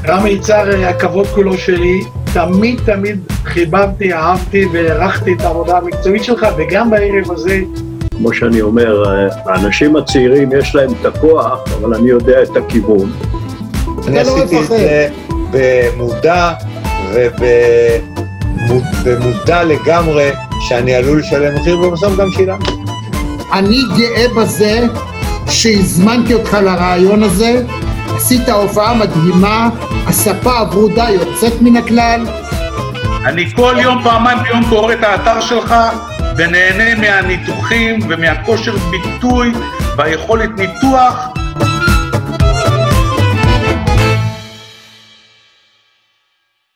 רמי יצהר, הכבוד כולו שלי. תמיד תמיד חיבבתי, אהבתי והערכתי את העבודה המקצועית שלך, וגם בערב הזה, כמו שאני אומר, האנשים הצעירים יש להם את הכוח, אבל אני יודע את הכיוון. אני עשיתי את זה במודע ובמודע לגמרי שאני עלול לשלם מחיר, ובסוף גם שילמתי. אני גאה בזה שהזמנתי אותך לרעיון הזה, עשית הופעה מדהימה, הספה הברודה יוצאת מן הכלל. אני כל יום, פעמיים ביום קורא את האתר שלך ונהנה מהניתוחים ומהכושר ביטוי והיכולת ניתוח